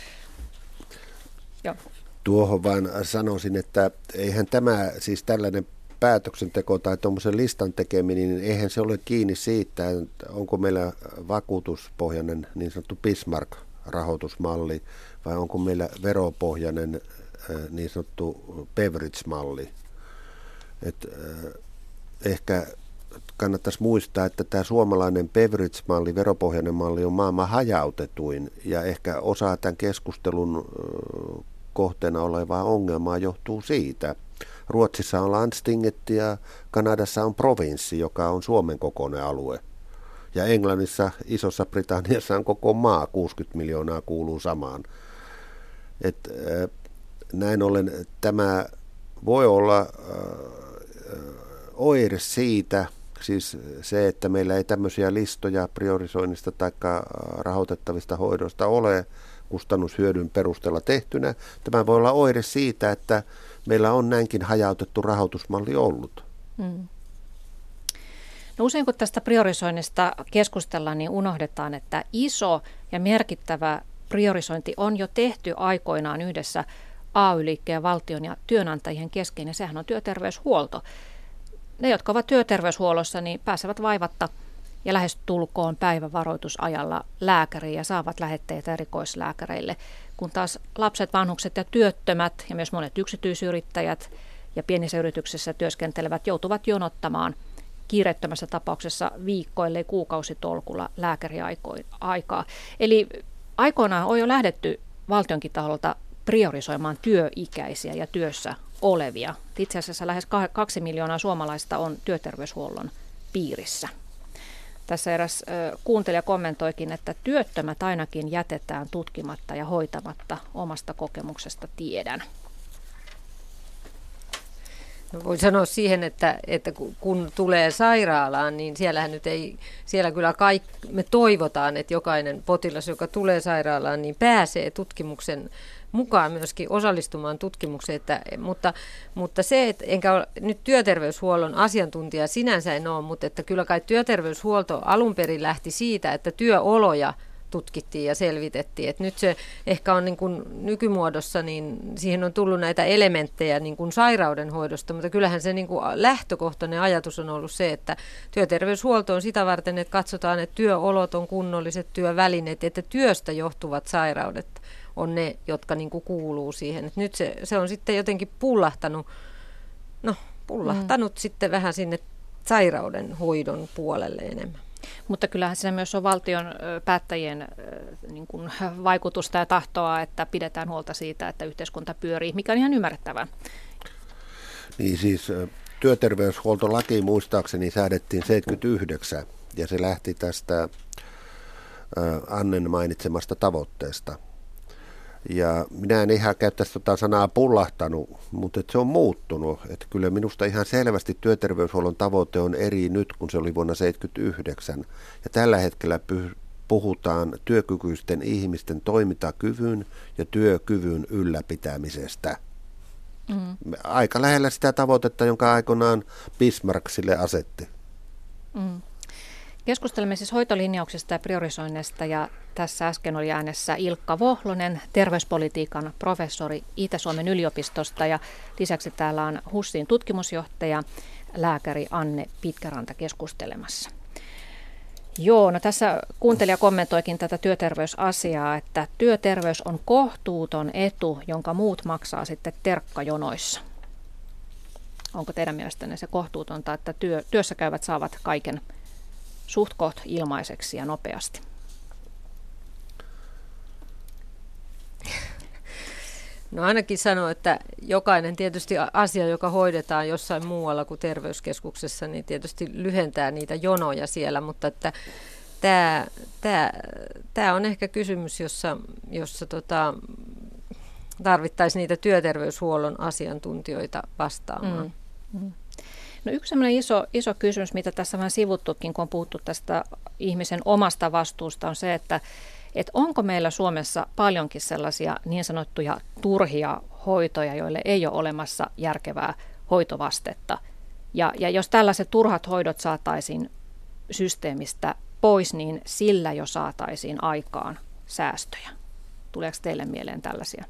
Speaker 1: Joo.
Speaker 3: Tuohon vaan sanoisin, että eihän tämä siis tällainen päätöksenteko tai tuommoisen listan tekeminen, niin eihän se ole kiinni siitä, että onko meillä vakuutuspohjainen niin sanottu Bismarck-rahoitusmalli vai onko meillä veropohjainen niin sanottu Beveridge-malli. Ehkä kannattaisi muistaa, että tämä suomalainen Beveridge-malli, veropohjainen malli on maailman hajautetuin ja ehkä osa tämän keskustelun kohteena olevaa ongelmaa johtuu siitä. Ruotsissa on landstinget ja Kanadassa on provinssi, joka on Suomen kokoinen alue. Ja Englannissa, Isossa Britanniassa on koko maa, 60 miljoonaa kuuluu samaan. Näin ollen tämä voi olla oire siitä, siis se, että meillä ei tämmöisiä listoja priorisoinnista tai rahoitettavista hoidoista ole kustannushyödyn perusteella tehtynä. Tämä voi olla oire siitä, että meillä on näinkin hajautettu rahoitusmalli ollut.
Speaker 1: No usein kun tästä priorisoinnista keskustellaan, niin unohdetaan, että iso ja merkittävä priorisointi on jo tehty aikoinaan yhdessä AY-liikkeen, valtion ja työnantajien kesken, ja sehän on työterveyshuolto. Ne, jotka ovat työterveyshuollossa, niin pääsevät vaivatta ja lähestulkoon päivävaroitusajalla lääkäriin ja saavat lähetteitä erikoislääkäreille, kun taas lapset, vanhukset ja työttömät ja myös monet yksityisyrittäjät ja pienissä yrityksissä työskentelevät joutuvat jonottamaan kiireettömässä tapauksessa viikkoille kuukausitolkulla lääkäriaikaa. Eli aikoinaan on jo lähdetty valtionkin taholta priorisoimaan työikäisiä ja työssä olevia. Itse asiassa lähes 2 miljoonaa suomalaista on työterveyshuollon piirissä. Tässä eräs kuuntelija kommentoikin, että työttömät ainakin jätetään tutkimatta ja hoitamatta, omasta kokemuksesta tiedän.
Speaker 2: No voin sanoa siihen, että kun tulee sairaalaan, niin siellähän nyt ei, siellä kyllä me toivotaan, että jokainen potilas, joka tulee sairaalaan, niin pääsee tutkimuksen mukaan myöskin osallistumaan tutkimukseen, mutta se, että enkä nyt työterveyshuollon asiantuntija sinänsä en ole, mutta että kyllä kai työterveyshuolto alun perin lähti siitä, että työoloja tutkittiin ja selvitettiin. Et nyt se ehkä on niin kuin nykymuodossa, niin siihen on tullut näitä elementtejä niin kuin sairaudenhoidosta, mutta kyllähän se niin kuin lähtökohtainen ajatus on ollut se, että työterveyshuolto on sitä varten, että katsotaan, että työolot on kunnolliset, työvälineet, että työstä johtuvat sairaudet on ne, jotka niin kuin kuuluu siihen. Et nyt se on sitten jotenkin pullahtanut sitten vähän sinne sairauden hoidon puolelle enemmän.
Speaker 1: Mutta kyllähän se myös on valtion päättäjien niin kuin vaikutusta ja tahtoa, että pidetään huolta siitä, että yhteiskunta pyörii, mikä on ihan ymmärrettävää.
Speaker 3: Niin siis työterveyshuoltolaki muistaakseni säädettiin 79 ja se lähti tästä Annen mainitsemasta tavoitteesta. Ja minä en ihan käyttäisi sanaa pullahtanut, mutta se on muuttunut. Että kyllä minusta ihan selvästi työterveyshuollon tavoite on eri nyt, kun se oli vuonna 1979. Ja tällä hetkellä puhutaan työkykyisten ihmisten toimintakyvyn ja työkyvyn ylläpitämisestä. Aika lähellä sitä tavoitetta, jonka aikoinaan Bismarck sille asetti.
Speaker 1: Keskustelemme siis hoitolinjauksista ja priorisoinnista ja tässä äsken oli äänessä Ilkka Vohlonen, terveyspolitiikan professori Itä-Suomen yliopistosta ja lisäksi täällä on HUSin tutkimusjohtaja, lääkäri Anne Pitkäranta keskustelemassa. Joo, no tässä kuuntelija kommentoikin tätä työterveysasiaa, että työterveys on kohtuuton etu, jonka muut maksaa sitten terkkajonoissa. Onko teidän mielestänne se kohtuutonta, että työssä käyvät saavat kaiken suht koht ilmaiseksi ja nopeasti?
Speaker 2: No ainakin sanoo, että jokainen tietysti asia, joka hoidetaan jossain muualla kuin terveyskeskuksessa, niin tietysti lyhentää niitä jonoja siellä, mutta että tämä on ehkä kysymys, jossa tarvittaisiin niitä työterveyshuollon asiantuntijoita vastaamaan.
Speaker 1: No yksi sellainen iso kysymys, mitä tässä vähän sivuttukin, kun on puhuttu tästä ihmisen omasta vastuusta, on se, että onko meillä Suomessa paljonkin sellaisia niin sanottuja turhia hoitoja, joille ei ole olemassa järkevää hoitovastetta. Ja jos tällaiset turhat hoidot saataisiin systeemistä pois, niin sillä jo saataisiin aikaan säästöjä. Tuleeko teille mieleen tällaisia?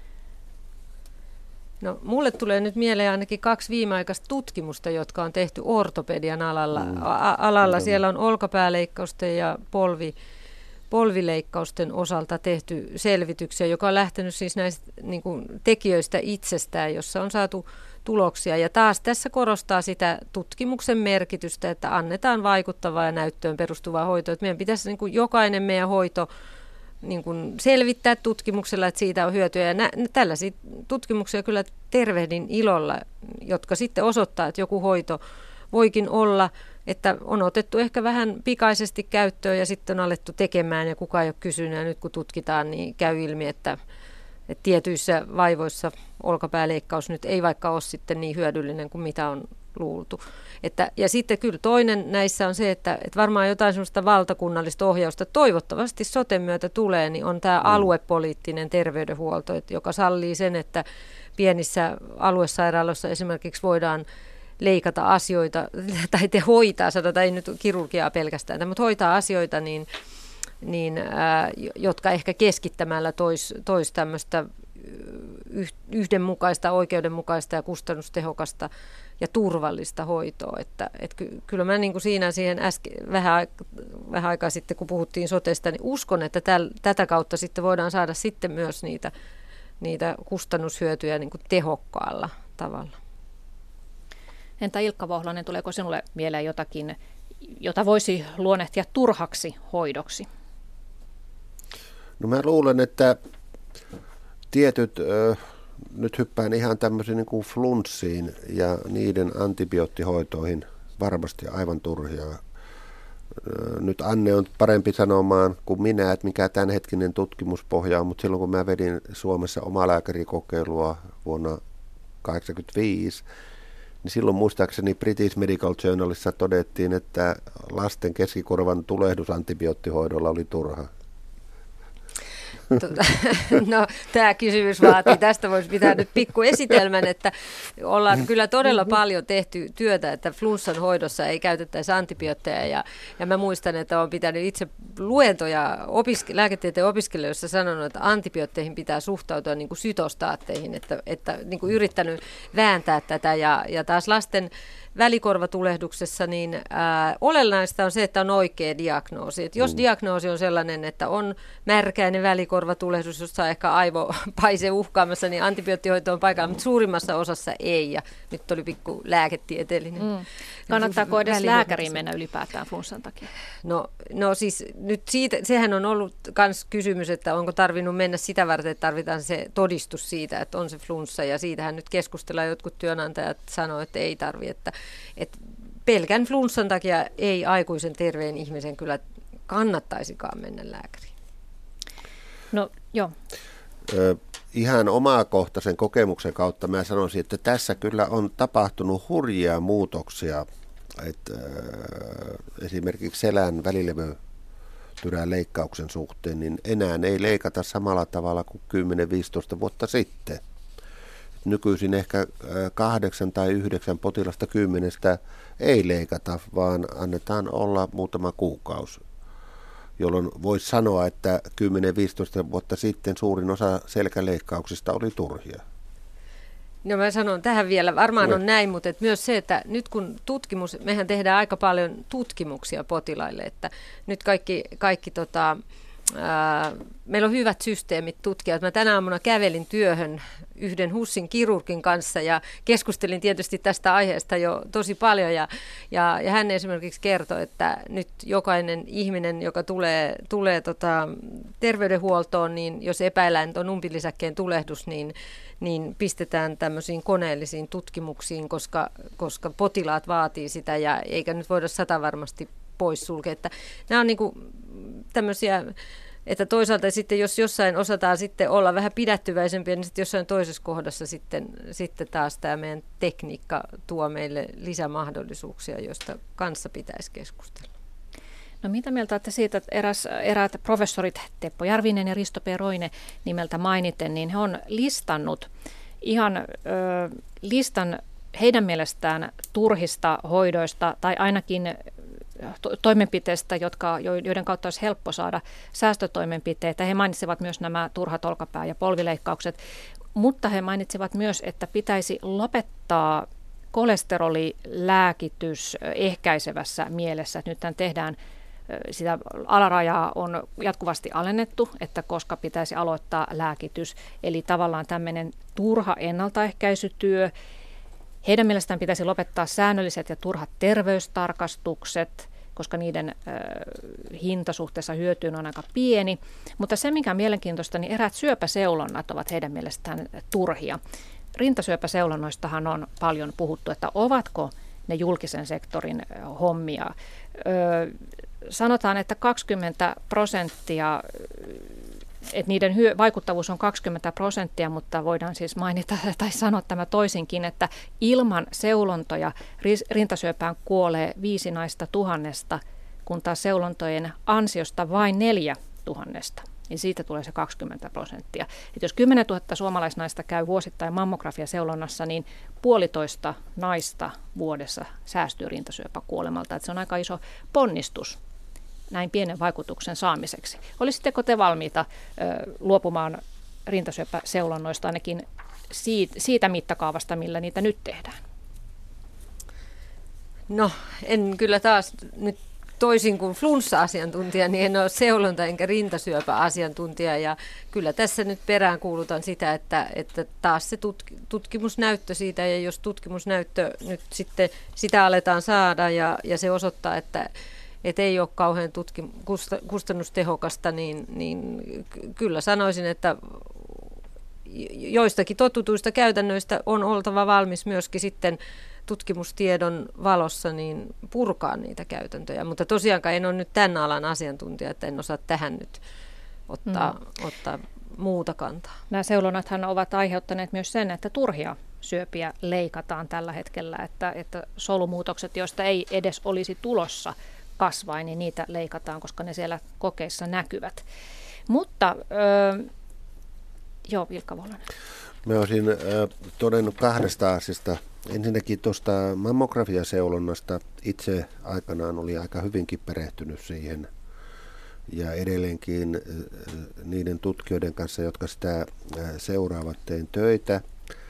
Speaker 2: No, mulle tulee nyt mieleen ainakin 2 viimeaikaista tutkimusta, jotka on tehty ortopedian alalla. Siellä on olkapääleikkausten ja polvileikkausten osalta tehty selvityksiä, joka on lähtenyt siis näistä niin kuin tekijöistä itsestään, jossa on saatu tuloksia. Ja taas tässä korostaa sitä tutkimuksen merkitystä, että annetaan vaikuttavaa ja näyttöön perustuvaa hoitoa. Että meidän pitäisi niin kuin jokainen meidän hoito niin kuin selvittää tutkimuksella, että siitä on hyötyä. Ja tällaisia tutkimuksia kyllä tervehdin ilolla, jotka sitten osoittaa, että joku hoito voikin olla, että on otettu ehkä vähän pikaisesti käyttöön ja sitten on alettu tekemään ja kukaan ei ole kysynyt. Ja nyt kun tutkitaan, niin käy ilmi, että tietyissä vaivoissa olkapääleikkaus nyt ei vaikka ole sitten niin hyödyllinen kuin mitä on luultu. Ja sitten kyllä toinen näissä on se, että varmaan jotain sellaista valtakunnallista ohjausta toivottavasti soten myötä tulee, niin on tämä aluepoliittinen terveydenhuolto, joka sallii sen, että pienissä aluesairaaloissa esimerkiksi voidaan leikata asioita, tai hoitaa, sanotaan ei nyt kirurgiaa pelkästään, mutta hoitaa asioita, jotka ehkä keskittämällä tois tämmöistä yhdenmukaista, oikeudenmukaista ja kustannustehokasta ja turvallista hoitoa. Että kyllä mä niin kuin siinä siihen vähän aikaa sitten, kun puhuttiin sotesta, niin uskon, että tätä kautta sitten voidaan saada sitten myös niitä kustannushyötyjä niin kuin tehokkaalla tavalla.
Speaker 1: Entä Ilkka Vohlanen, tuleeko sinulle mieleen jotakin, jota voisi luonnehtia turhaksi hoidoksi?
Speaker 3: No mä luulen, että tietyt, nyt hyppään ihan tämmöisiin niin kuin flunssiin ja niiden antibioottihoitoihin varmasti aivan turhia. Nyt Anne on parempi sanomaan kuin minä, että mikä tämänhetkinen tutkimuspohja on, mutta silloin kun mä vedin Suomessa omalääkärikokeilua vuonna 1985, niin silloin muistaakseni British Medical Journalissa todettiin, että lasten keskikorvan tulehdus antibioottihoidolla oli turha.
Speaker 2: No, tämä kysymys vaatii. Tästä voisi pitää nyt pikku esitelmän, että ollaan kyllä todella paljon tehty työtä, että flunssan hoidossa ei käytettäisi antibiootteja. Ja mä muistan, että olen pitänyt itse luentoja lääketieteen opiskelijoissa sanonut, että antibiootteihin pitää suhtautua niin kuin sytostaatteihin, että niin kuin yrittänyt vääntää tätä. Ja taas lasten välikorvatulehduksessa niin olennaista on se, että on oikea diagnoosi. Et jos diagnoosi on sellainen, että on märkäinen välikorvatulehdus, jossa on ehkä aivopaise uhkaamassa, niin antibioottihoito on paikalla, mutta suurimmassa osassa ei. Ja nyt oli pikku lääketieteellinen.
Speaker 1: Kannattaako edes lääkäriin mennä ylipäätään flunssan takia?
Speaker 2: No siis nyt siitä, sehän on ollut myös kysymys, että onko tarvinnut mennä sitä varten, että tarvitaan se todistus siitä, että on se flunssa. Ja siitähän nyt keskustellaan, jotkut työnantajat sanoo, että ei tarvitse. Että pelkän flunssan takia ei aikuisen terveen ihmisen kyllä kannattaisikaan mennä lääkäriin.
Speaker 1: No joo.
Speaker 3: Ihan omakohtaisen kokemuksen kautta mä sanoisin, että tässä kyllä on tapahtunut hurjia muutoksia. Että, esimerkiksi selän välilevystyrän leikkauksen suhteen, niin enää ei leikata samalla tavalla kuin 10-15 vuotta sitten. Nykyisin ehkä 8 tai 9 potilasta 10 ei leikata, vaan annetaan olla muutama kuukausi, jolloin voisi sanoa, että 10-15 vuotta sitten suurin osa selkäleikkauksista oli turhia.
Speaker 2: No mä sanon tähän vielä, varmaan on näin, mutta myös se, että nyt kun mehän tehdään aika paljon tutkimuksia potilaille, että nyt kaikki meillä on hyvät systeemit tutkijat. Mä tänä aamuna kävelin työhön yhden HUSin kirurgin kanssa ja keskustelin tietysti tästä aiheesta jo tosi paljon. Ja hän esimerkiksi kertoi, että nyt jokainen ihminen, joka tulee terveydenhuoltoon, niin jos epäillään, että on umpilisäkkeen tulehdus, niin pistetään tämmöisiin koneellisiin tutkimuksiin, koska potilaat vaatii sitä ja eikä nyt voida satavarmasti poissulkea. Että nämä on niin kuin tämmöisiä, että toisaalta sitten jos jossain osataan sitten olla vähän pidättyväisempiä, niin sitten jossain toisessa kohdassa sitten taas tämä meidän tekniikka tuo meille lisämahdollisuuksia, joista kanssa pitäisi keskustella.
Speaker 1: No mitä mieltä olette siitä, että eräät professorit Teppo Järvinen ja Risto P. Roine nimeltä mainiten, niin he on listannut listan heidän mielestään turhista hoidoista tai ainakin toimenpiteistä, joiden kautta olisi helppo saada säästötoimenpiteitä. He mainitsivat myös nämä turhat olkapää- ja polvileikkaukset, mutta he mainitsivat myös, että pitäisi lopettaa kolesterolilääkitys ehkäisevässä mielessä. Että nythän tehdään, sitä alarajaa on jatkuvasti alennettu, että koska pitäisi aloittaa lääkitys. Eli tavallaan tämmöinen turha ennaltaehkäisytyö. Heidän mielestään pitäisi lopettaa säännölliset ja turhat terveystarkastukset, koska niiden hinta suhteessa hyötyyn on aika pieni. Mutta se, mikä on mielenkiintoista, niin eräät syöpäseulonnat ovat heidän mielestään turhia. Rintasyöpäseulonnoistahan on paljon puhuttu, että ovatko ne julkisen sektorin hommia. Sanotaan, että 20%, että niiden vaikuttavuus on 20%, mutta voidaan siis mainita tai sanoa tämä toisinkin, että ilman seulontoja rintasyöpään kuolee 5 naista 1000, kun taas seulontojen ansiosta vain 4 000. Niin siitä tulee se 20%. Et jos 10 000 suomalaisnaista käy vuosittain mammografiaseulonnassa, niin 1,5 naista vuodessa säästyy rintasyöpäkuolemalta. Et se on aika iso ponnistus näin pienen vaikutuksen saamiseksi. Olisitteko te valmiita luopumaan rintasyöpäseulonnoista ainakin siitä mittakaavasta, millä niitä nyt tehdään?
Speaker 2: No, en kyllä taas nyt toisin kuin flunssa-asiantuntija, niin en ole seulonta enkä rintasyöpäasiantuntija. Ja kyllä tässä nyt peräänkuulutan sitä, että taas se tutkimusnäyttö siitä, ja jos tutkimusnäyttö nyt sitten sitä aletaan saada ja se osoittaa, että ei ole kauhean kustannustehokasta, niin kyllä sanoisin, että joistakin totutuista käytännöistä on oltava valmis myöskin sitten tutkimustiedon valossa niin purkaa niitä käytäntöjä. Mutta tosiaankaan en ole nyt tämän alan asiantuntija, että en osaa tähän nyt ottaa muuta kantaa.
Speaker 1: Nämä seulonnathan ovat aiheuttaneet myös sen, että turhia syöpiä leikataan tällä hetkellä, että solumuutokset, joista ei edes olisi tulossa kasvain, niin niitä leikataan, koska ne siellä kokeissa näkyvät. Mutta, Ilkka Vuolainen.
Speaker 3: Mä olisin todennut 2 asiasta. Ensinnäkin tuosta mammografiaseulonnasta itse aikanaan oli aika hyvinkin perehtynyt siihen. Ja edelleenkin niiden tutkijoiden kanssa, jotka sitä seuraavat, tein töitä.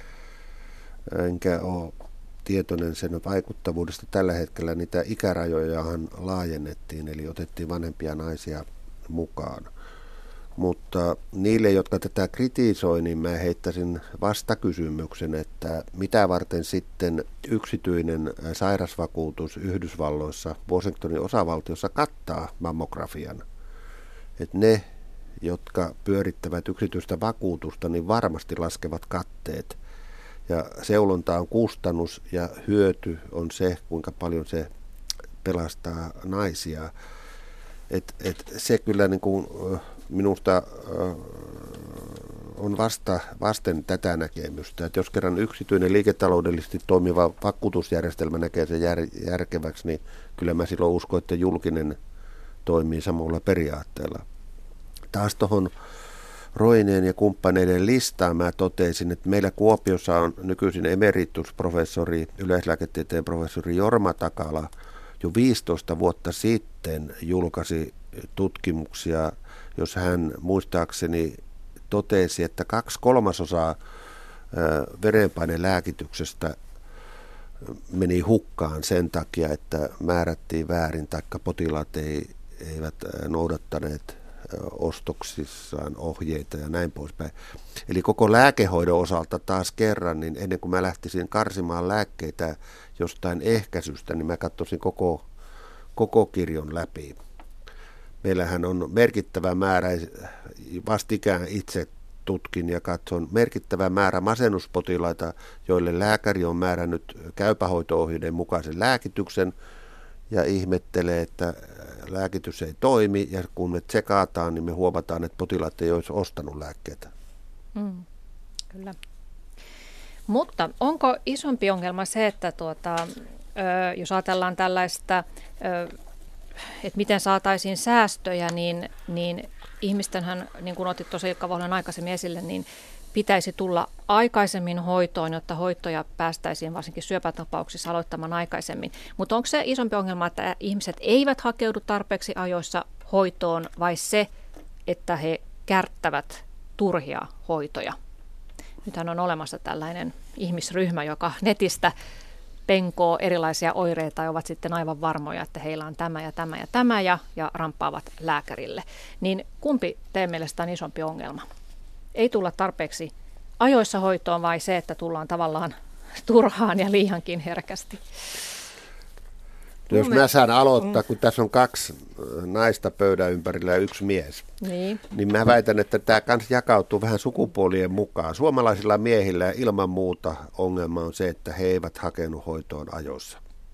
Speaker 3: Enkä ole tietoinen sen vaikuttavuudesta. Tällä hetkellä niitä ikärajojahan laajennettiin, eli otettiin vanhempia naisia mukaan. Mutta niille, jotka tätä kritisoi, niin mä heittäisin vastakysymyksen, että mitä varten sitten yksityinen sairasvakuutus Yhdysvalloissa, Washingtonin osavaltiossa kattaa mammografian. Että ne, jotka pyörittävät yksityistä vakuutusta, niin varmasti laskevat katteet. Ja seulonta on kustannus ja hyöty on se, kuinka paljon se pelastaa naisia. Se kyllä niin kuin minusta on vasten tätä näkemystä. Että jos kerran yksityinen liiketaloudellisesti toimiva vakuutusjärjestelmä näkee sen järkeväksi, niin kyllä mä silloin uskon, että julkinen toimii samalla periaatteella. Taas tuohon Roineen ja kumppaneiden listaan mä totesin, että meillä Kuopiossa on nykyisin emeritusprofessori, yleislääketieteen professori Jorma Takala jo 15 vuotta sitten julkaisi tutkimuksia, jos hän muistaakseni totesi, että 2/3 verenpainelääkityksestä meni hukkaan sen takia, että määrättiin väärin tai potilaat eivät noudattaneet ostoksissaan ohjeita ja näin poispäin. Eli koko lääkehoidon osalta taas kerran, niin ennen kuin mä lähtisin karsimaan lääkkeitä jostain ehkäisystä, niin mä katsoisin koko kirjon läpi. Meillähän on merkittävä määrä, vastikään itse tutkin ja katson merkittävä määrä masennuspotilaita, joille lääkäri on määrännyt käypähoito-ohjeiden mukaisen lääkityksen ja ihmettelee, että lääkitys ei toimi, ja kun me tsekataan, niin me huomataan, että potilaat ei olisi ostanut lääkkeitä.
Speaker 1: Kyllä. Mutta onko isompi ongelma se, että jos ajatellaan tällaista, että miten saataisiin säästöjä, niin ihmistenhän, niin kuin otit tuossa Ilkka Vohland aikaisemmin esille, niin pitäisi tulla aikaisemmin hoitoon, jotta hoitoja päästäisiin varsinkin syöpätapauksissa aloittamaan aikaisemmin. Mutta onko se isompi ongelma, että ihmiset eivät hakeudu tarpeeksi ajoissa hoitoon, vai se, että he kärttävät turhia hoitoja? Nythän on olemassa tällainen ihmisryhmä, joka netistä penkoo erilaisia oireita ja ovat sitten aivan varmoja, että heillä on tämä ja tämä ja tämä ja ramppaavat lääkärille. Niin kumpi teidän mielestä on isompi ongelma? Ei tulla tarpeeksi ajoissa hoitoon, vai se, että tullaan tavallaan turhaan ja liiankin herkästi?
Speaker 3: Jos mä saan aloittaa, kun tässä on 2 naista pöydän ympärillä ja 1 mies, niin mä väitän, että tämä kans jakautuu vähän sukupuolien mukaan. Suomalaisilla miehillä ilman muuta ongelma on se, että he eivät hakenut hoitoon ajoissa.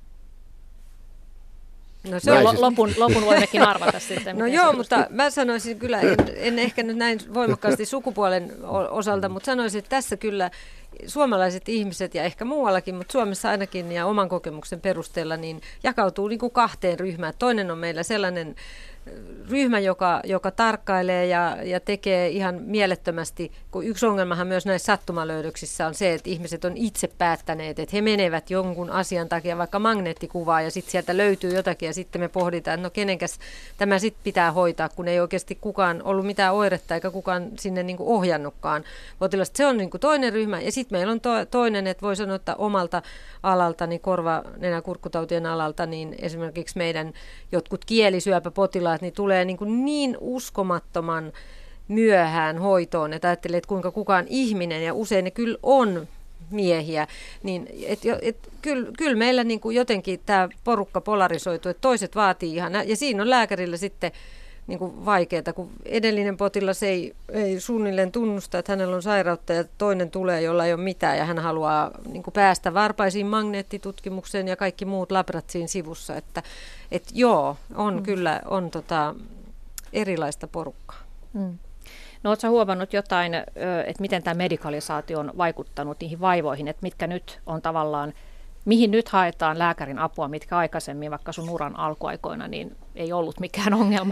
Speaker 2: No se on
Speaker 1: lopun voimmekin arvata sitten.
Speaker 2: No joo, mutta mä sanoisin kyllä, en ehkä nyt näin voimakkaasti sukupuolen osalta, mutta sanoisin, että tässä kyllä suomalaiset ihmiset ja ehkä muuallakin, mutta Suomessa ainakin ja oman kokemuksen perusteella niin jakautuu niin kuin 2 ryhmään. Toinen on meillä sellainen ryhmä, joka tarkkailee ja tekee ihan mielettömästi, kun yksi ongelmahan myös näissä sattumalöydöksissä on se, että ihmiset on itse päättäneet, että he menevät jonkun asian takia vaikka magneettikuvaa ja sitten sieltä löytyy jotakin ja sitten me pohditaan, että no kenenkäs tämä sitten pitää hoitaa, kun ei oikeasti kukaan ollut mitään oiretta eikä kukaan sinne niin kuin ohjannutkaan potilasta. Se on niin kuin toinen ryhmä ja sitten meillä on toinen, että voi sanoa, että omalta alalta, niin korva-nenä-kurkkutautien alalta, niin esimerkiksi meidän jotkut kielisyöpäpotilaat niin tulee niin uskomattoman myöhään hoitoon, että ajattelee, että kuinka kukaan ihminen, ja usein ne kyllä on miehiä, niin kyllä meillä niin kuin jotenkin tämä porukka polarisoituu, että toiset vaatii ihan, ja siinä on lääkärillä sitten niin kuin vaikeaa, kun edellinen potilas ei suunnilleen tunnusta, että hänellä on sairautta ja toinen tulee, jolla ei ole mitään ja hän haluaa niin kuin päästä varpaisiin magneettitutkimukseen ja kaikki muut labrat siinä sivussa, että joo, on kyllä on erilaista porukkaa.
Speaker 1: No ootko sä huomannut jotain, että miten tämä medikalisaatio on vaikuttanut niihin vaivoihin, että mitkä nyt on tavallaan, mihin nyt haetaan lääkärin apua, mitkä aikaisemmin vaikka sun uran alkuaikoina, niin ei ollut mikään ongelma?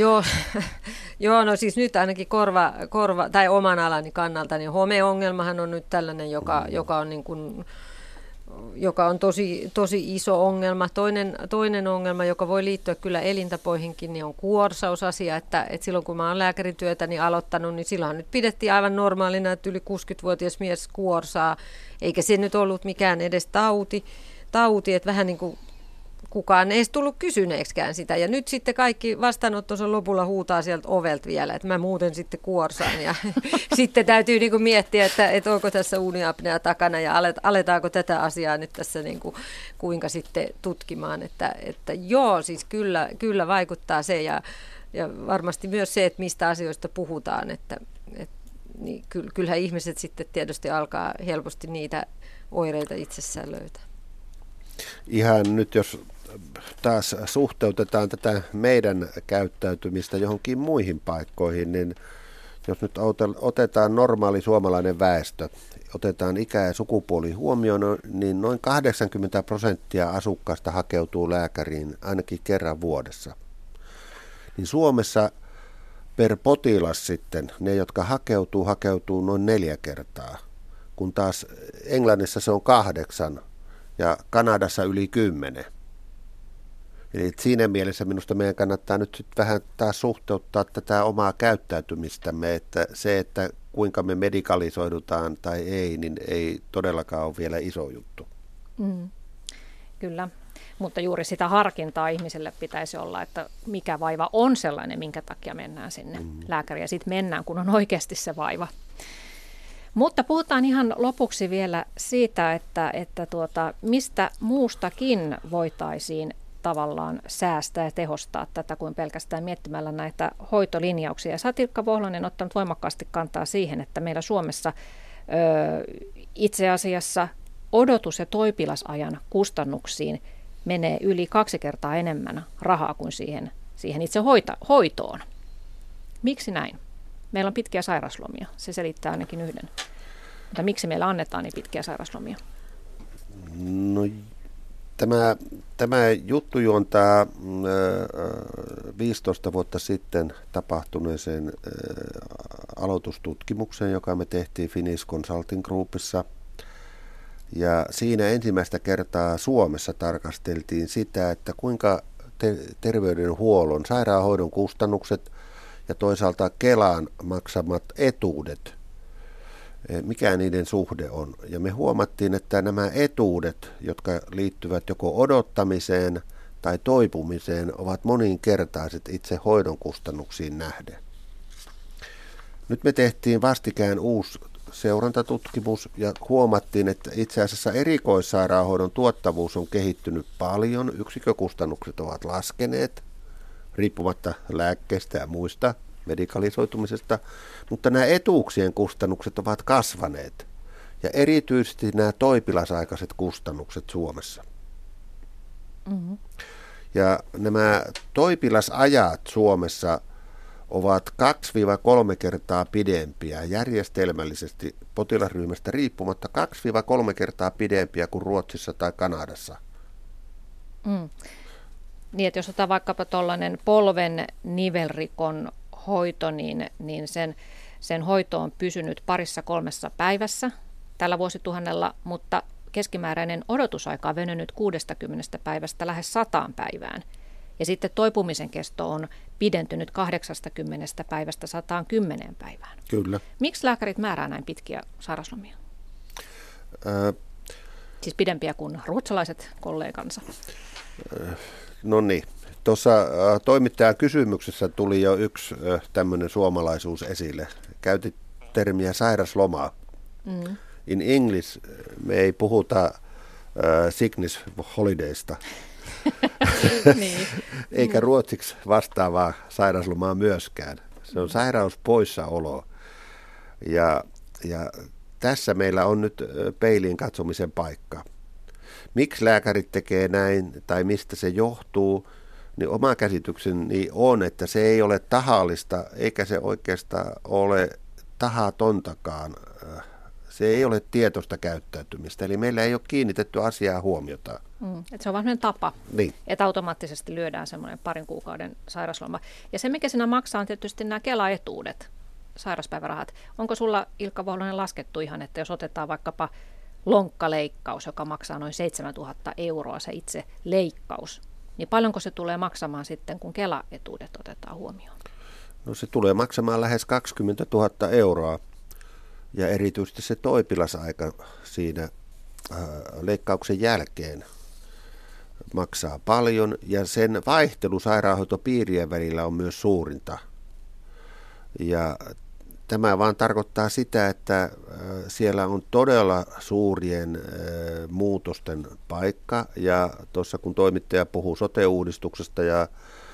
Speaker 2: Joo, no siis nyt ainakin korva tai oman alani kannalta, niin homeongelmahan on nyt tällainen, joka on niin kuin, joka on tosi iso ongelma. Toinen ongelma, joka voi liittyä kyllä elintapoihinkin, niin on kuorsausasia, että silloin kun mä oon lääkärityötäni aloittanut, niin silloin nyt pidettiin aivan normaalina, että yli 60-vuotias mies kuorsaa, eikä se nyt ollut mikään edes tauti, että vähän niin kuin kukaan ei edes tullut kysyneeksikään sitä. Ja nyt sitten kaikki vastaanottonsa lopulla huutaa sieltä ovelta vielä, että mä muuten sitten kuorsaan. Ja sitten täytyy niin kuin miettiä, että onko tässä uniapnea takana ja aletaanko tätä asiaa nyt tässä niin kuin, kuinka sitten tutkimaan. Että joo, siis kyllä vaikuttaa se ja varmasti myös se, että mistä asioista puhutaan. Niin kyllähän ihmiset sitten tietysti alkaa helposti niitä oireita itsessään löytää.
Speaker 3: Ihan nyt jos taas suhteutetaan tätä meidän käyttäytymistä johonkin muihin paikkoihin, niin jos nyt otetaan normaali suomalainen väestö, otetaan ikä ja sukupuoli huomioon, niin noin 80% asukkaista hakeutuu lääkäriin ainakin kerran vuodessa. Niin Suomessa per potilas sitten, ne jotka hakeutuu noin 4 kertaa, kun taas Englannissa se on 8 ja Kanadassa yli 10. Eli siinä mielessä minusta meidän kannattaa nyt vähän taas suhteuttaa tätä omaa käyttäytymistämme, että se, että kuinka me medikalisoidutaan tai ei, niin ei todellakaan ole vielä iso juttu.
Speaker 1: Kyllä. Mutta juuri sitä harkintaa ihmiselle pitäisi olla, että mikä vaiva on sellainen, minkä takia mennään sinne lääkäriin. Ja sitten mennään, kun on oikeasti se vaiva. Mutta puhutaan ihan lopuksi vielä siitä, että mistä muustakin voitaisiin tavallaan säästää ja tehostaa tätä kuin pelkästään miettimällä näitä hoitolinjauksia. Ja sä oot, Ilkka Vohlonen, ottanut voimakkaasti kantaa siihen, että meillä Suomessa itse asiassa odotus- ja toipilasajan kustannuksiin menee yli 2 kertaa enemmän rahaa kuin siihen itse hoitoon. Miksi näin? Meillä on pitkiä sairaslomia, se selittää ainakin yhden. Mutta miksi meillä annetaan niin pitkiä sairaslomia?
Speaker 3: No, tämä juttu juontaa 15 vuotta sitten tapahtuneeseen aloitustutkimukseen, joka me tehtiin Finnish Consulting Groupissa. Ja siinä ensimmäistä kertaa Suomessa tarkasteltiin sitä, että kuinka terveydenhuollon, sairaanhoidon kustannukset ja toisaalta Kelan maksamat etuudet, mikä niiden suhde on. Ja me huomattiin, että nämä etuudet, jotka liittyvät joko odottamiseen tai toipumiseen, ovat moninkertaiset itse hoidon kustannuksiin nähden. Nyt me tehtiin vastikään uusi seurantatutkimus ja huomattiin, että itse asiassa erikoissairaanhoidon tuottavuus on kehittynyt paljon, yksikkökustannukset ovat laskeneet, riippumatta lääkkeistä ja muista medikalisoitumisesta, mutta nämä etuuksien kustannukset ovat kasvaneet ja erityisesti nämä toipilasaikaiset kustannukset Suomessa. Mm-hmm. Ja nämä toipilasajat Suomessa ovat 2-3 kertaa pidempiä järjestelmällisesti potilasryhmästä riippumatta 2-3 kertaa pidempiä kuin Ruotsissa tai Kanadassa.
Speaker 1: Mm. Niin, että jos otetaan vaikkapa tuollainen polven nivelrikon hoito, niin sen hoito on pysynyt 2-3 päivässä tällä vuosituhannella, mutta keskimääräinen odotusaika on venynyt 60 päivästä lähes 100 päivään. Ja sitten toipumisen kesto on pidentynyt 80 päivästä 110 päivään.
Speaker 3: Kyllä.
Speaker 1: Miksi lääkärit määrää näin pitkiä sairauslomia? Siis pidempiä kuin ruotsalaiset kollegansa.
Speaker 3: No niin. Tuossa toimittajan kysymyksessä tuli jo yksi tämmöinen suomalaisuus esille. Käytit termiä sairaslomaa. Mm. In English me ei puhuta sickness holidaysta. Niin. Eikä ruotsiksi vastaavaa sairaslomaa myöskään. Se on sairauspoissaolo. Ja tässä meillä on nyt peiliin katsomisen paikka. Miksi lääkärit tekee näin tai mistä se johtuu, niin oma käsitykseni on, että se ei ole tahallista eikä se oikeastaan ole tahatontakaan. Se ei ole tietoista käyttäytymistä, eli meillä ei ole kiinnitetty asiaa huomiota.
Speaker 1: Että se on vaan tapa,
Speaker 3: niin,
Speaker 1: että automaattisesti lyödään semmoinen 2 kuukauden sairasloma. Ja se, mikä siinä maksaa, on tietysti nämä Kela-etuudet, sairauspäivärahat. Onko sulla, Ilkka Vohlonen, laskettu ihan, että jos otetaan vaikkapa lonkkaleikkaus, joka maksaa noin 7 000 euroa, se itse leikkaus, niin paljonko se tulee maksamaan sitten, kun Kela-etuudet otetaan huomioon?
Speaker 3: No se tulee maksamaan lähes 20 000 euroa. Ja erityisesti se toipilasaika siinä leikkauksen jälkeen maksaa paljon ja sen vaihtelu sairaanhoitopiirien välillä on myös suurinta. Ja tämä vaan tarkoittaa sitä, että siellä on todella suurien muutosten paikka ja tuossa kun toimittaja puhuu sote-uudistuksesta ja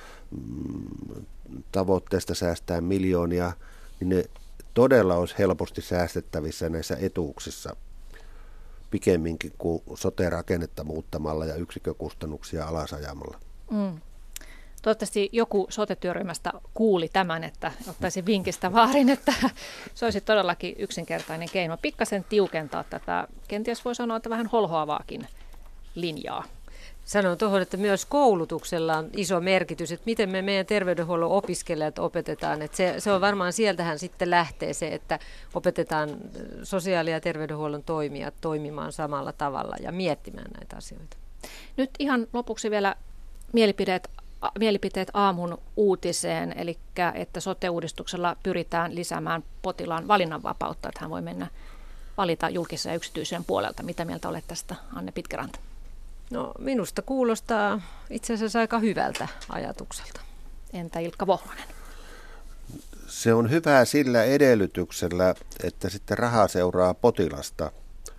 Speaker 3: tavoitteesta säästää miljoonia, niin ne todella olisi helposti säästettävissä näissä etuuksissa pikemminkin kuin sote-rakennetta muuttamalla ja yksikkökustannuksia alasajamalla.
Speaker 1: Toivottavasti joku sote-työryhmästä kuuli tämän, että ottaisi vinkistä vaarin, että se olisi todellakin yksinkertainen keino. Pikkasen tiukentaa tätä, kenties voi sanoa, että vähän holhoavaakin linjaa.
Speaker 2: Sanon tuohon, että myös koulutuksella on iso merkitys, että miten me meidän terveydenhuollon opiskelijat opetetaan. Että se on varmaan sieltähän sitten lähtee se, että opetetaan sosiaali- ja terveydenhuollon toimijat toimimaan samalla tavalla ja miettimään näitä asioita.
Speaker 1: Nyt ihan lopuksi vielä mielipiteet aamun uutiseen, eli että sote-uudistuksella pyritään lisäämään potilaan valinnanvapautta, että hän voi mennä valita julkisen ja yksityisen puolelta. Mitä mieltä olet tästä, Anne Pitkeranta?
Speaker 2: No minusta kuulostaa itse asiassa aika hyvältä ajatukselta.
Speaker 1: Entä Ilkka Vohlonen?
Speaker 3: Se on hyvä sillä edellytyksellä, että sitten raha seuraa potilasta.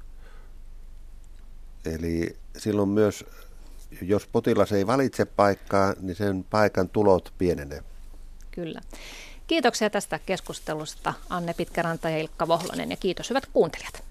Speaker 3: Eli silloin myös, jos potilas ei valitse paikkaa, niin sen paikan tulot pienenee.
Speaker 1: Kyllä. Kiitoksia tästä keskustelusta Anne Pitkäranta ja Ilkka Vohlonen ja kiitos hyvät kuuntelijat.